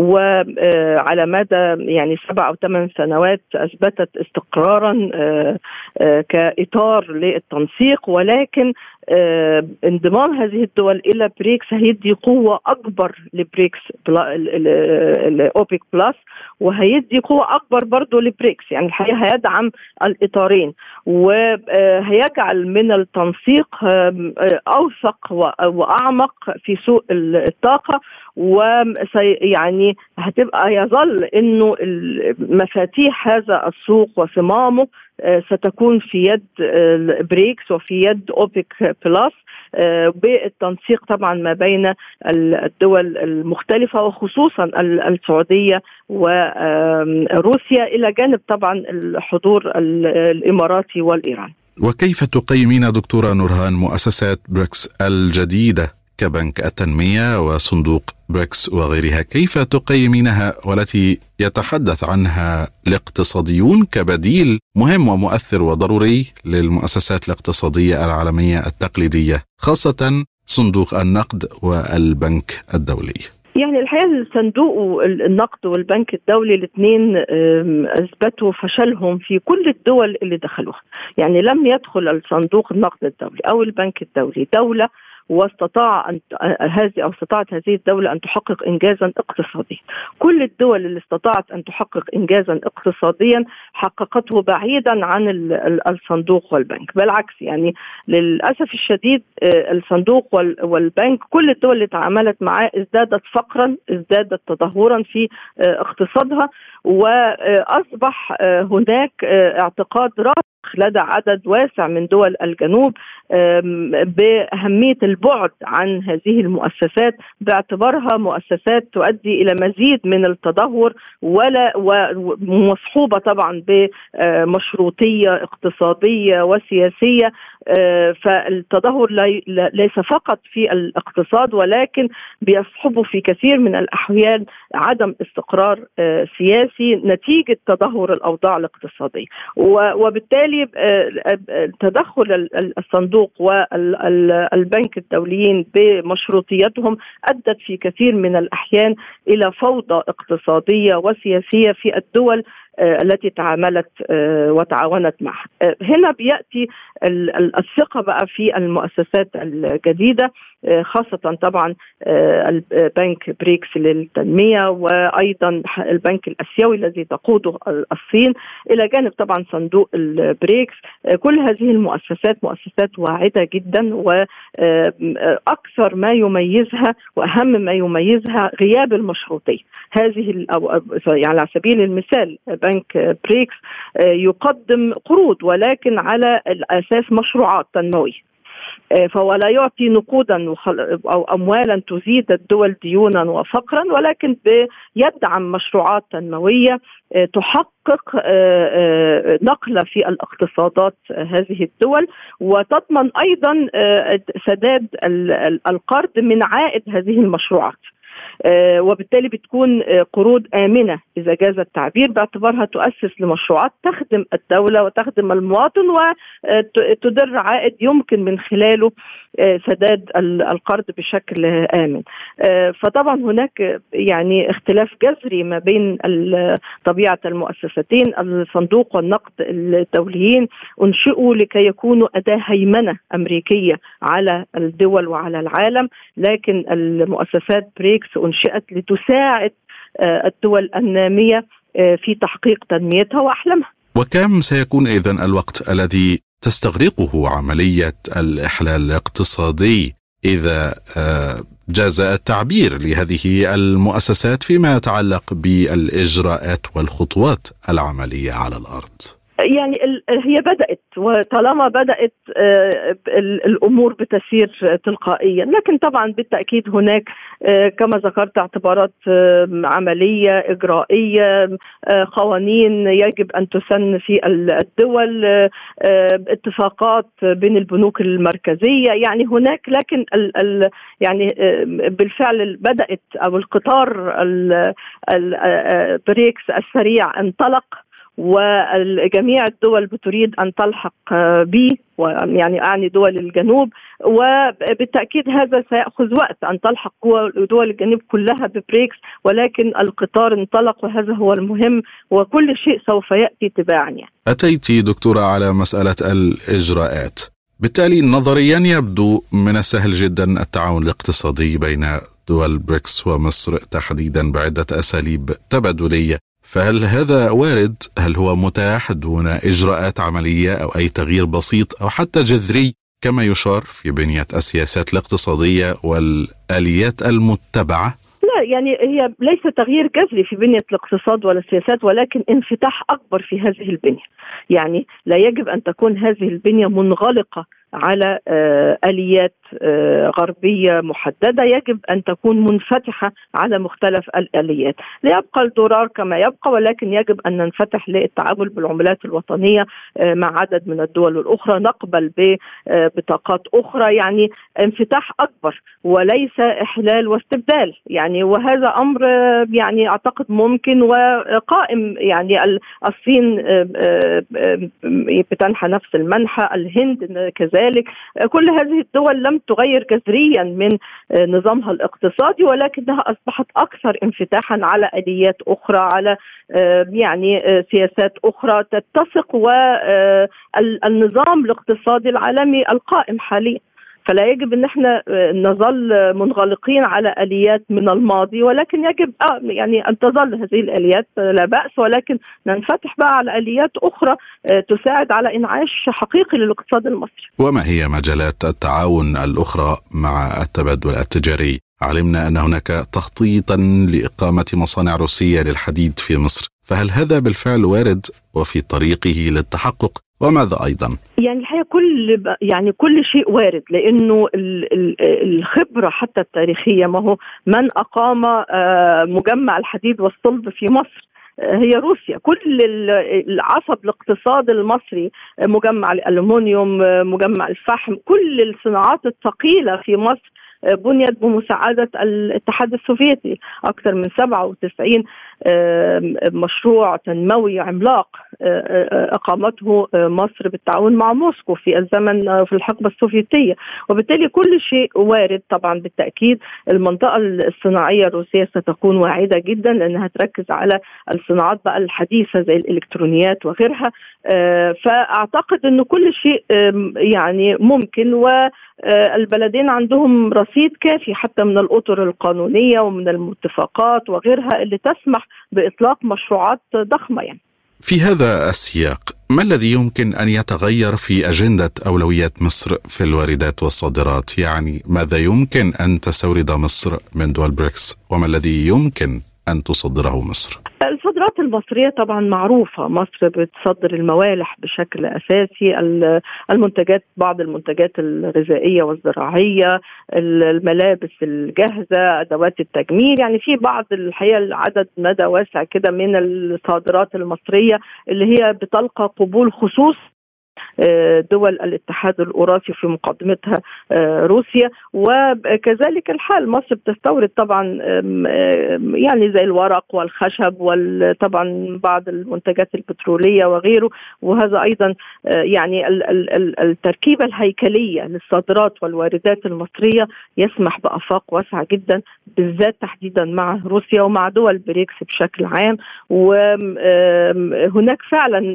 وعلى مدى يعني 7 أو 8 سنوات أثبتت استقرارا كإطار للتنسيق، ولكن انضمام هذه الدول إلى بريكس هيدي قوة أكبر لبريكس الأوبك بلس، وهيدي قوة أكبر برضو لبريكس. يعني الحقيقة هيدعم الإطارين وهيجعل من التنسيق أوثق وأعمق في سوق الطاقة، ويعني هتبقى يظل إنه مفاتيح هذا السوق وصمامه ستكون في يد بريكس وفي يد أوبك بلس بالتنسيق طبعا ما بين الدول المختلفة وخصوصا السعودية وروسيا، إلى جانب طبعا الحضور الإماراتي والإيراني. وكيف تقيمين دكتورة نورهان مؤسسات بريكس الجديدة كبنك التنمية وصندوق بريكس وغيرها؟ كيف تقيمينها والتي يتحدث عنها الاقتصاديون كبديل مهم ومؤثر وضروري للمؤسسات الاقتصادية العالمية التقليدية، خاصة صندوق النقد والبنك الدولي؟ يعني الحقيقة صندوق النقد والبنك الدولي الاثنين اثبتوا فشلهم في كل الدول اللي دخلوها. يعني لم يدخل الصندوق النقد الدولي او البنك الدولي دولة واستطاعت هذه الدولة أن تحقق إنجازا اقتصاديا. كل الدول اللي استطاعت أن تحقق إنجازا اقتصاديا حققته بعيدا عن الصندوق والبنك. بالعكس، يعني للأسف الشديد الصندوق والبنك كل الدول اللي تعاملت معاه ازدادت فقرا، ازدادت تدهورا في اقتصادها، وأصبح هناك اعتقاد راسخ لدى عدد واسع من دول الجنوب بأهمية البعد عن هذه المؤسسات باعتبارها مؤسسات تؤدي إلى مزيد من التدهور ومصحوبة طبعا بمشروطية اقتصادية وسياسية. فالتدهور ليس فقط في الاقتصاد ولكن بيصحبه في كثير من الأحيان عدم استقرار سياسي نتيجة تدهور الأوضاع الاقتصادية. وبالتالي تدخل الصندوق والبنك الدوليين بمشروطيتهم أدت في كثير من الأحيان إلى فوضى اقتصادية وسياسية في الدول التي تعاملت وتعاونت معها. هنا بيأتي الثقة بقى في المؤسسات الجديدة، خاصة طبعا البنك بريكس للتنمية وأيضا البنك الآسيوي الذي تقوده الصين، إلى جانب طبعا صندوق البريكس. كل هذه المؤسسات مؤسسات واعدة جدا، وأكثر ما يميزها وأهم ما يميزها غياب المشروطية. هذه يعني على سبيل المثال بنك بريكس يقدم قروض ولكن على الأساس مشروعات تنموية، فهو لا يعطي نقودا أو أموالا تزيد الدول ديونا وفقرا، ولكن يدعم مشروعات تنموية تحقق نقلة في الاقتصادات هذه الدول، وتضمن أيضا سداد القرض من عائد هذه المشروعات. وبالتالي بتكون قروض آمنة إذا جاز التعبير، باعتبارها تؤسس لمشروعات تخدم الدولة وتخدم المواطن وتدر عائد يمكن من خلاله سداد القرض بشكل آمن. فطبعا هناك يعني اختلاف جذري ما بين طبيعة المؤسستين. الصندوق والنقد الدوليين أنشئوا لكي يكونوا أداة هيمنة أمريكية على الدول وعلى العالم، لكن المؤسسات بريكس أنشئت لتساعد الدول النامية في تحقيق تنميتها وأحلامها. وكم سيكون إذن الوقت الذي تستغرقه عملية الإحلال الاقتصادي إذا جاز التعبير لهذه المؤسسات فيما يتعلق بالإجراءات والخطوات العملية على الأرض؟ يعني هي بدأت، وطالما بدأت الأمور بتسير تلقائيا، لكن طبعا بالتأكيد هناك كما ذكرت اعتبارات عملية إجرائية، قوانين يجب أن تسن في الدول، اتفاقات بين البنوك المركزية، يعني هناك، لكن يعني بالفعل بدأت أو القطار البريكس السريع انطلق، وجميع الدول بتريد أن تلحق به، يعني أعني دول الجنوب، وبالتأكيد هذا سيأخذ وقت أن تلحق دول الجنوب كلها ببريكس، ولكن القطار انطلق وهذا هو المهم، وكل شيء سوف يأتي تباعا. أتيت دكتورة على مسألة الإجراءات، بالتالي نظريا يبدو من السهل جدا التعاون الاقتصادي بين دول بريكس ومصر تحديدا بعدة أساليب تبادلية، فهل هذا وارد؟ هل هو متاح دون إجراءات عملية أو أي تغيير بسيط أو حتى جذري كما يشار في بنية السياسات الاقتصادية والآليات المتبعة؟ لا، يعني هي ليس تغيير جذري في بنية الاقتصاد ولا السياسات، ولكن انفتاح أكبر في هذه البنية. يعني لا يجب أن تكون هذه البنية منغلقة على آليات غربية محددة، يجب أن تكون منفتحة على مختلف الآليات. لا يبقى الدولار كما يبقى، ولكن يجب أن ننفتح للتعامل بالعملات الوطنية مع عدد من الدول الأخرى، نقبل ببطاقات أخرى، يعني انفتاح أكبر وليس إحلال واستبدال. يعني وهذا أمر يعني أعتقد ممكن وقائم. يعني الصين بتنحى نفس المنحى، الهند كذلك. كل هذه الدول لم تغير جذريا من نظامها الاقتصادي، ولكنها أصبحت أكثر انفتاحا على آليات أخرى، على يعني سياسات أخرى تتسق والنظام الاقتصادي العالمي القائم حاليا. فلا يجب أن احنا نظل منغلقين على آليات من الماضي، ولكن يجب يعني أن تظل هذه الآليات لا بأس، ولكن ننفتح بقى على آليات أخرى تساعد على إنعاش حقيقي للاقتصاد المصري. وما هي مجالات التعاون الأخرى مع التبادل التجاري؟ علمنا أن هناك تخطيطا لإقامة مصانع روسية للحديد في مصر، فهل هذا بالفعل وارد وفي طريقه للتحقق؟ وماذا أيضا؟ يعني الحقيقة كل شيء وارد، لأنه الخبرة حتى التاريخية، ما هو من أقام مجمع الحديد والصلب في مصر هي روسيا. كل العصب الاقتصاد المصري، مجمع الألومنيوم، مجمع الفحم، كل الصناعات الثقيلة في مصر بنيت بمساعدة الاتحاد السوفيتي. أكثر من 97 مشروع تنموي عملاق أقامته مصر بالتعاون مع موسكو في الزمن في الحقبة السوفيتية. وبالتالي كل شيء وارد. طبعا بالتأكيد المنطقة الصناعية الروسية ستكون واعدة جدا، لأنها تركز على الصناعات بقى الحديثة زي الإلكترونيات وغيرها. فأعتقد أنه كل شيء يعني ممكن، والبلدين عندهم رصيد كافي حتى من الأطر القانونية ومن الاتفاقات وغيرها اللي تسمح بإطلاق مشروعات ضخمة. يعني في هذا السياق، ما الذي يمكن أن يتغير في أجندة أولويات مصر في الواردات والصادرات؟ يعني ماذا يمكن أن تستورد مصر من دول بريكس، وما الذي يمكن أن تصدره مصر؟ الصادرات المصرية طبعا معروفة، مصر بتصدر الموالح بشكل أساسي، المنتجات، بعض المنتجات الغذائية والزراعية، الملابس الجاهزة، أدوات التجميل. يعني في بعض الحقيقة عدد مدى واسع كده من الصادرات المصرية اللي هي بتلقى قبول خصوص دول الاتحاد الأوراسي في مقدمتها روسيا. وكذلك الحال مصر بتستورد طبعا يعني زي الورق والخشب وطبعا بعض المنتجات البترولية وغيره. وهذا أيضا يعني التركيبة الهيكلية للصادرات والواردات المصرية يسمح بآفاق واسعة جدا، بالذات تحديدا مع روسيا ومع دول بريكس بشكل عام. وهناك فعلا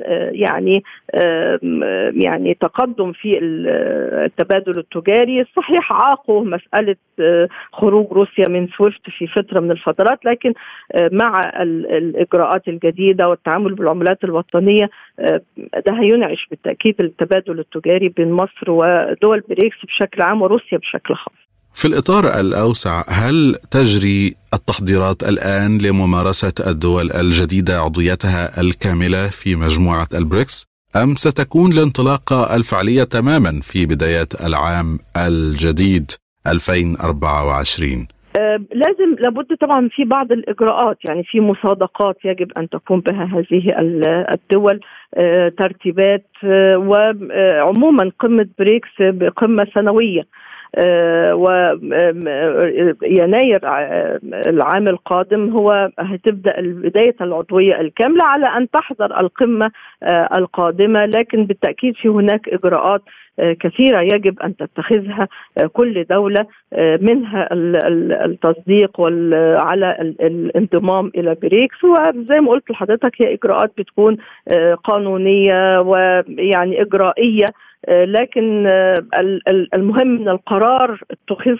يعني تقدم في التبادل التجاري. صحيح عاقوا مسألة خروج روسيا من سويفت في فترة من الفترات، لكن مع الإجراءات الجديدة والتعامل بالعملات الوطنية ده هينعش بالتأكيد التبادل التجاري بين مصر ودول بريكس بشكل عام وروسيا بشكل خاص. في الإطار الأوسع، هل تجري التحضيرات الآن لممارسة الدول الجديدة عضويتها الكاملة في مجموعة البريكس، أم ستكون الانطلاقة الفعلية تماما في بداية العام الجديد 2024؟ لابد طبعا في بعض الإجراءات، يعني في مصادقات يجب أن تقوم بها هذه الدول، ترتيبات. وعموما قمة بريكس بقمة سنوية ويناير العام القادم هو هتبدأ بداية العضوية الكاملة، على أن تحضر القمة القادمة. لكن بالتأكيد في هناك إجراءات كثيرة يجب أن تتخذها كل دولة، منها التصديق على الانضمام إلى بريكس. وزي ما قلت لحضرتك هي إجراءات بتكون قانونية ويعني إجرائية، لكن المهم من القرار اتخذ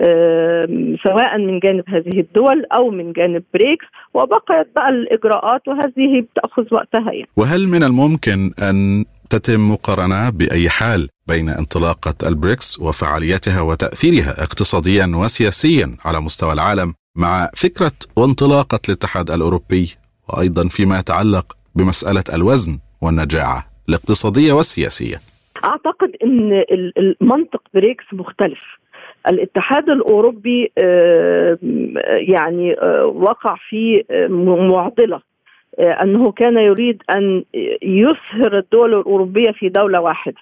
سواء من جانب هذه الدول أو من جانب بريكس، وبقيت بقى الإجراءات وهذه بتأخذ وقتها يعني. وهل من الممكن أن تتم مقارنة بأي حال بين انطلاقة البريكس وفعاليتها وتأثيرها اقتصاديا وسياسيا على مستوى العالم مع فكرة وانطلاقة الاتحاد الأوروبي، وأيضا فيما يتعلق بمسألة الوزن والنجاعة الاقتصادية والسياسية؟ أعتقد أن المنطق بريكس مختلف. الاتحاد الأوروبي يعني وقع في معضلة، أنه كان يريد أن يسهر الدول الأوروبية في دولة واحدة،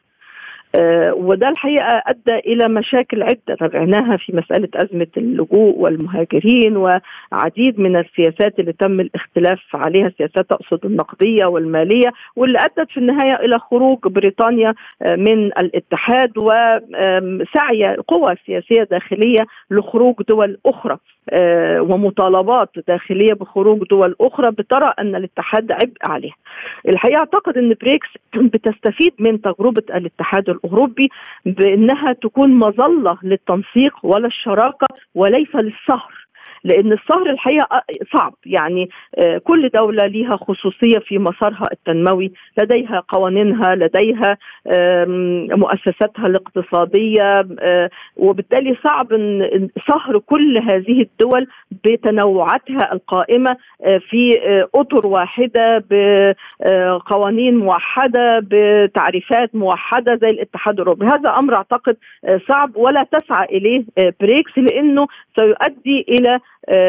وده الحقيقة أدى إلى مشاكل عدة تابعناها في مسألة أزمة اللجوء والمهاجرين وعديد من السياسات اللي تم الاختلاف عليها، سياسات أقصد النقدية والمالية، واللي أدت في النهاية إلى خروج بريطانيا من الاتحاد وسعي قوى سياسية داخلية لخروج دول أخرى ومطالبات داخلية بخروج دول أخرى بترى أن الاتحاد عبء عليها. الحقيقة أعتقد أن بريكس بتستفيد من تجربة الاتحاد الأوروبي بأنها تكون مظلة للتنسيق ولا الشراكة وليس للسهر، لأن السهر الحقيقة صعب. يعني كل دولة لها خصوصية في مسارها التنموي، لديها قوانينها، لديها مؤسساتها الاقتصادية، وبالتالي صعب أن سهر كل هذه الدول بتنوعاتها القائمة في أطر واحدة بقوانين موحدة بتعريفات موحدة زي الاتحاد الأوروبي. هذا أمر أعتقد صعب ولا تسعى إليه بريكس، لأنه سيؤدي إلى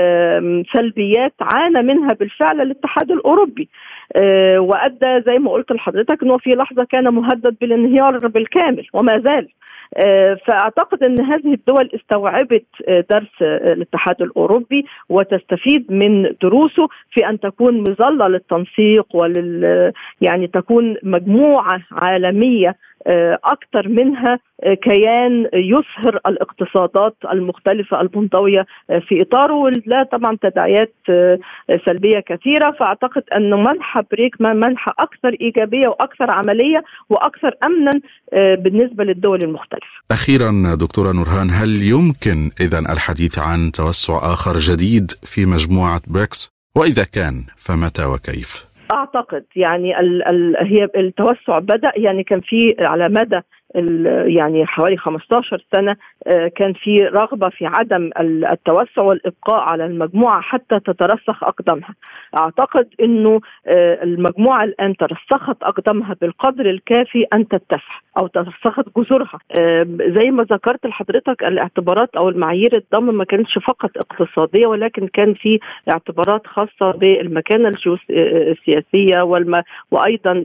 سلبيات عانى منها بالفعل الاتحاد الأوروبي، وأدى زي ما قلت لحضرتك أنه في لحظة كان مهدد بالانهيار بالكامل وما زال. فأعتقد أن هذه الدول استوعبت درس الاتحاد الأوروبي وتستفيد من دروسه في أن تكون مظلة للتنسيق يعني تكون مجموعة عالمية أكثر منها كيان يسهر الاقتصادات المختلفة المنضوية في إطاره. لا طبعا تداعيات سلبية كثيرة، فأعتقد أن منحى بريك منحى أكثر إيجابية وأكثر عملية وأكثر أمنا بالنسبة للدول المختلفة. أخيرا دكتورة نورهان، هل يمكن إذن الحديث عن توسع آخر جديد في مجموعة بريكس؟ وإذا كان فمتى وكيف؟ أعتقد يعني هي التوسع بدأ، يعني كان في على مدى يعني حوالي 15 سنة كان في رغبة في عدم التوسع والإبقاء على المجموعة حتى تترسخ أقدامها. أعتقد أنه المجموعة الآن ترسخت أقدامها بالقدر الكافي أن تتسع أو ترسخت جذورها. زي ما ذكرت لحضرتك الاعتبارات أو المعايير الضم ما كانتش فقط اقتصادية، ولكن كان في اعتبارات خاصة بالمكانة السياسية وأيضا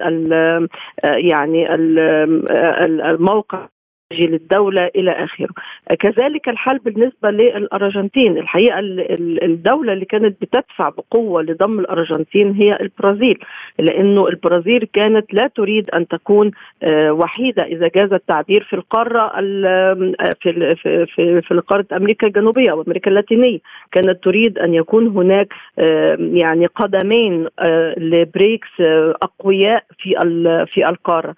يعني الموقع للدولة إلى آخره. كذلك الحال بالنسبة للأرجنتين. الحقيقة الدولة اللي كانت بتدفع بقوة لضم الأرجنتين هي البرازيل، لأنه البرازيل كانت لا تريد أن تكون وحيدة إذا جاز التعبير في القارة في القارة أمريكا الجنوبية وأمريكا اللاتينية. كانت تريد أن يكون هناك يعني قدمين لبريكس أقوياء في القارة.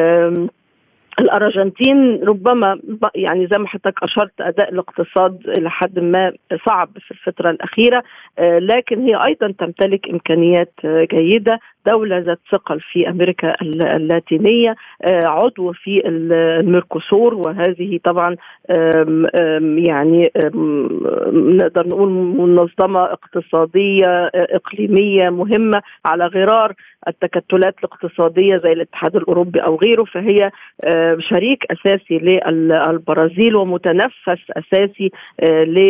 الأرجنتين ربما يعني زي ما حضرتك أشرت أداء الاقتصاد إلى حد ما صعب في الفترة الأخيرة، لكن هي أيضا تمتلك إمكانيات جيدة، دولة ذات ثقل في أمريكا اللاتينية، عضو في الميركوسور، وهذه طبعا يعني نقدر نقول منظمة اقتصادية إقليمية مهمة على غرار التكتلات الاقتصادية زي الاتحاد الأوروبي أو غيره. فهي شريك أساسي للبرازيل ومتنفس أساسي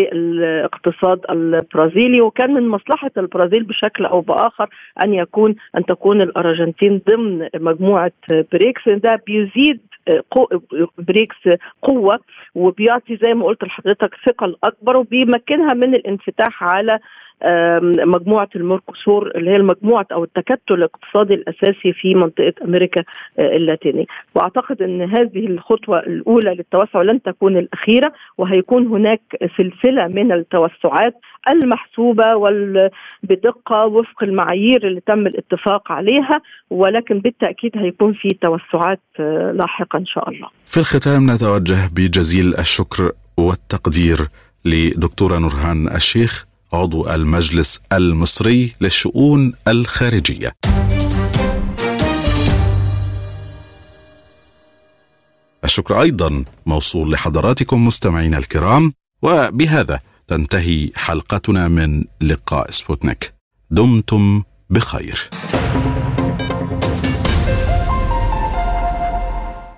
للاقتصاد البرازيلي، وكان من مصلحة البرازيل بشكل أو بآخر أن أن تكون الأرجنتين ضمن مجموعة بريكس. ده بيزيد بريكس قوة وبيعطي زي ما قلت لحضرتك ثقل أكبر وبيمكنها من الانفتاح على مجموعة الميركوسور اللي هي المجموعة أو التكتل الاقتصادي الأساسي في منطقة أمريكا اللاتينية. وأعتقد أن هذه الخطوة الأولى للتوسع لن تكون الأخيرة، وهيكون هناك سلسلة من التوسعات المحسوبة بدقة وفق المعايير اللي تم الاتفاق عليها، ولكن بالتأكيد هيكون في توسعات لاحقا إن شاء الله. في الختام نتوجه بجزيل الشكر والتقدير لدكتورة نورهان الشيخ، عضو المجلس المصري للشؤون الخارجية. الشكر أيضا موصول لحضراتكم مستمعينا الكرام، وبهذا تنتهي حلقتنا من لقاء سبوتنيك. دمتم بخير.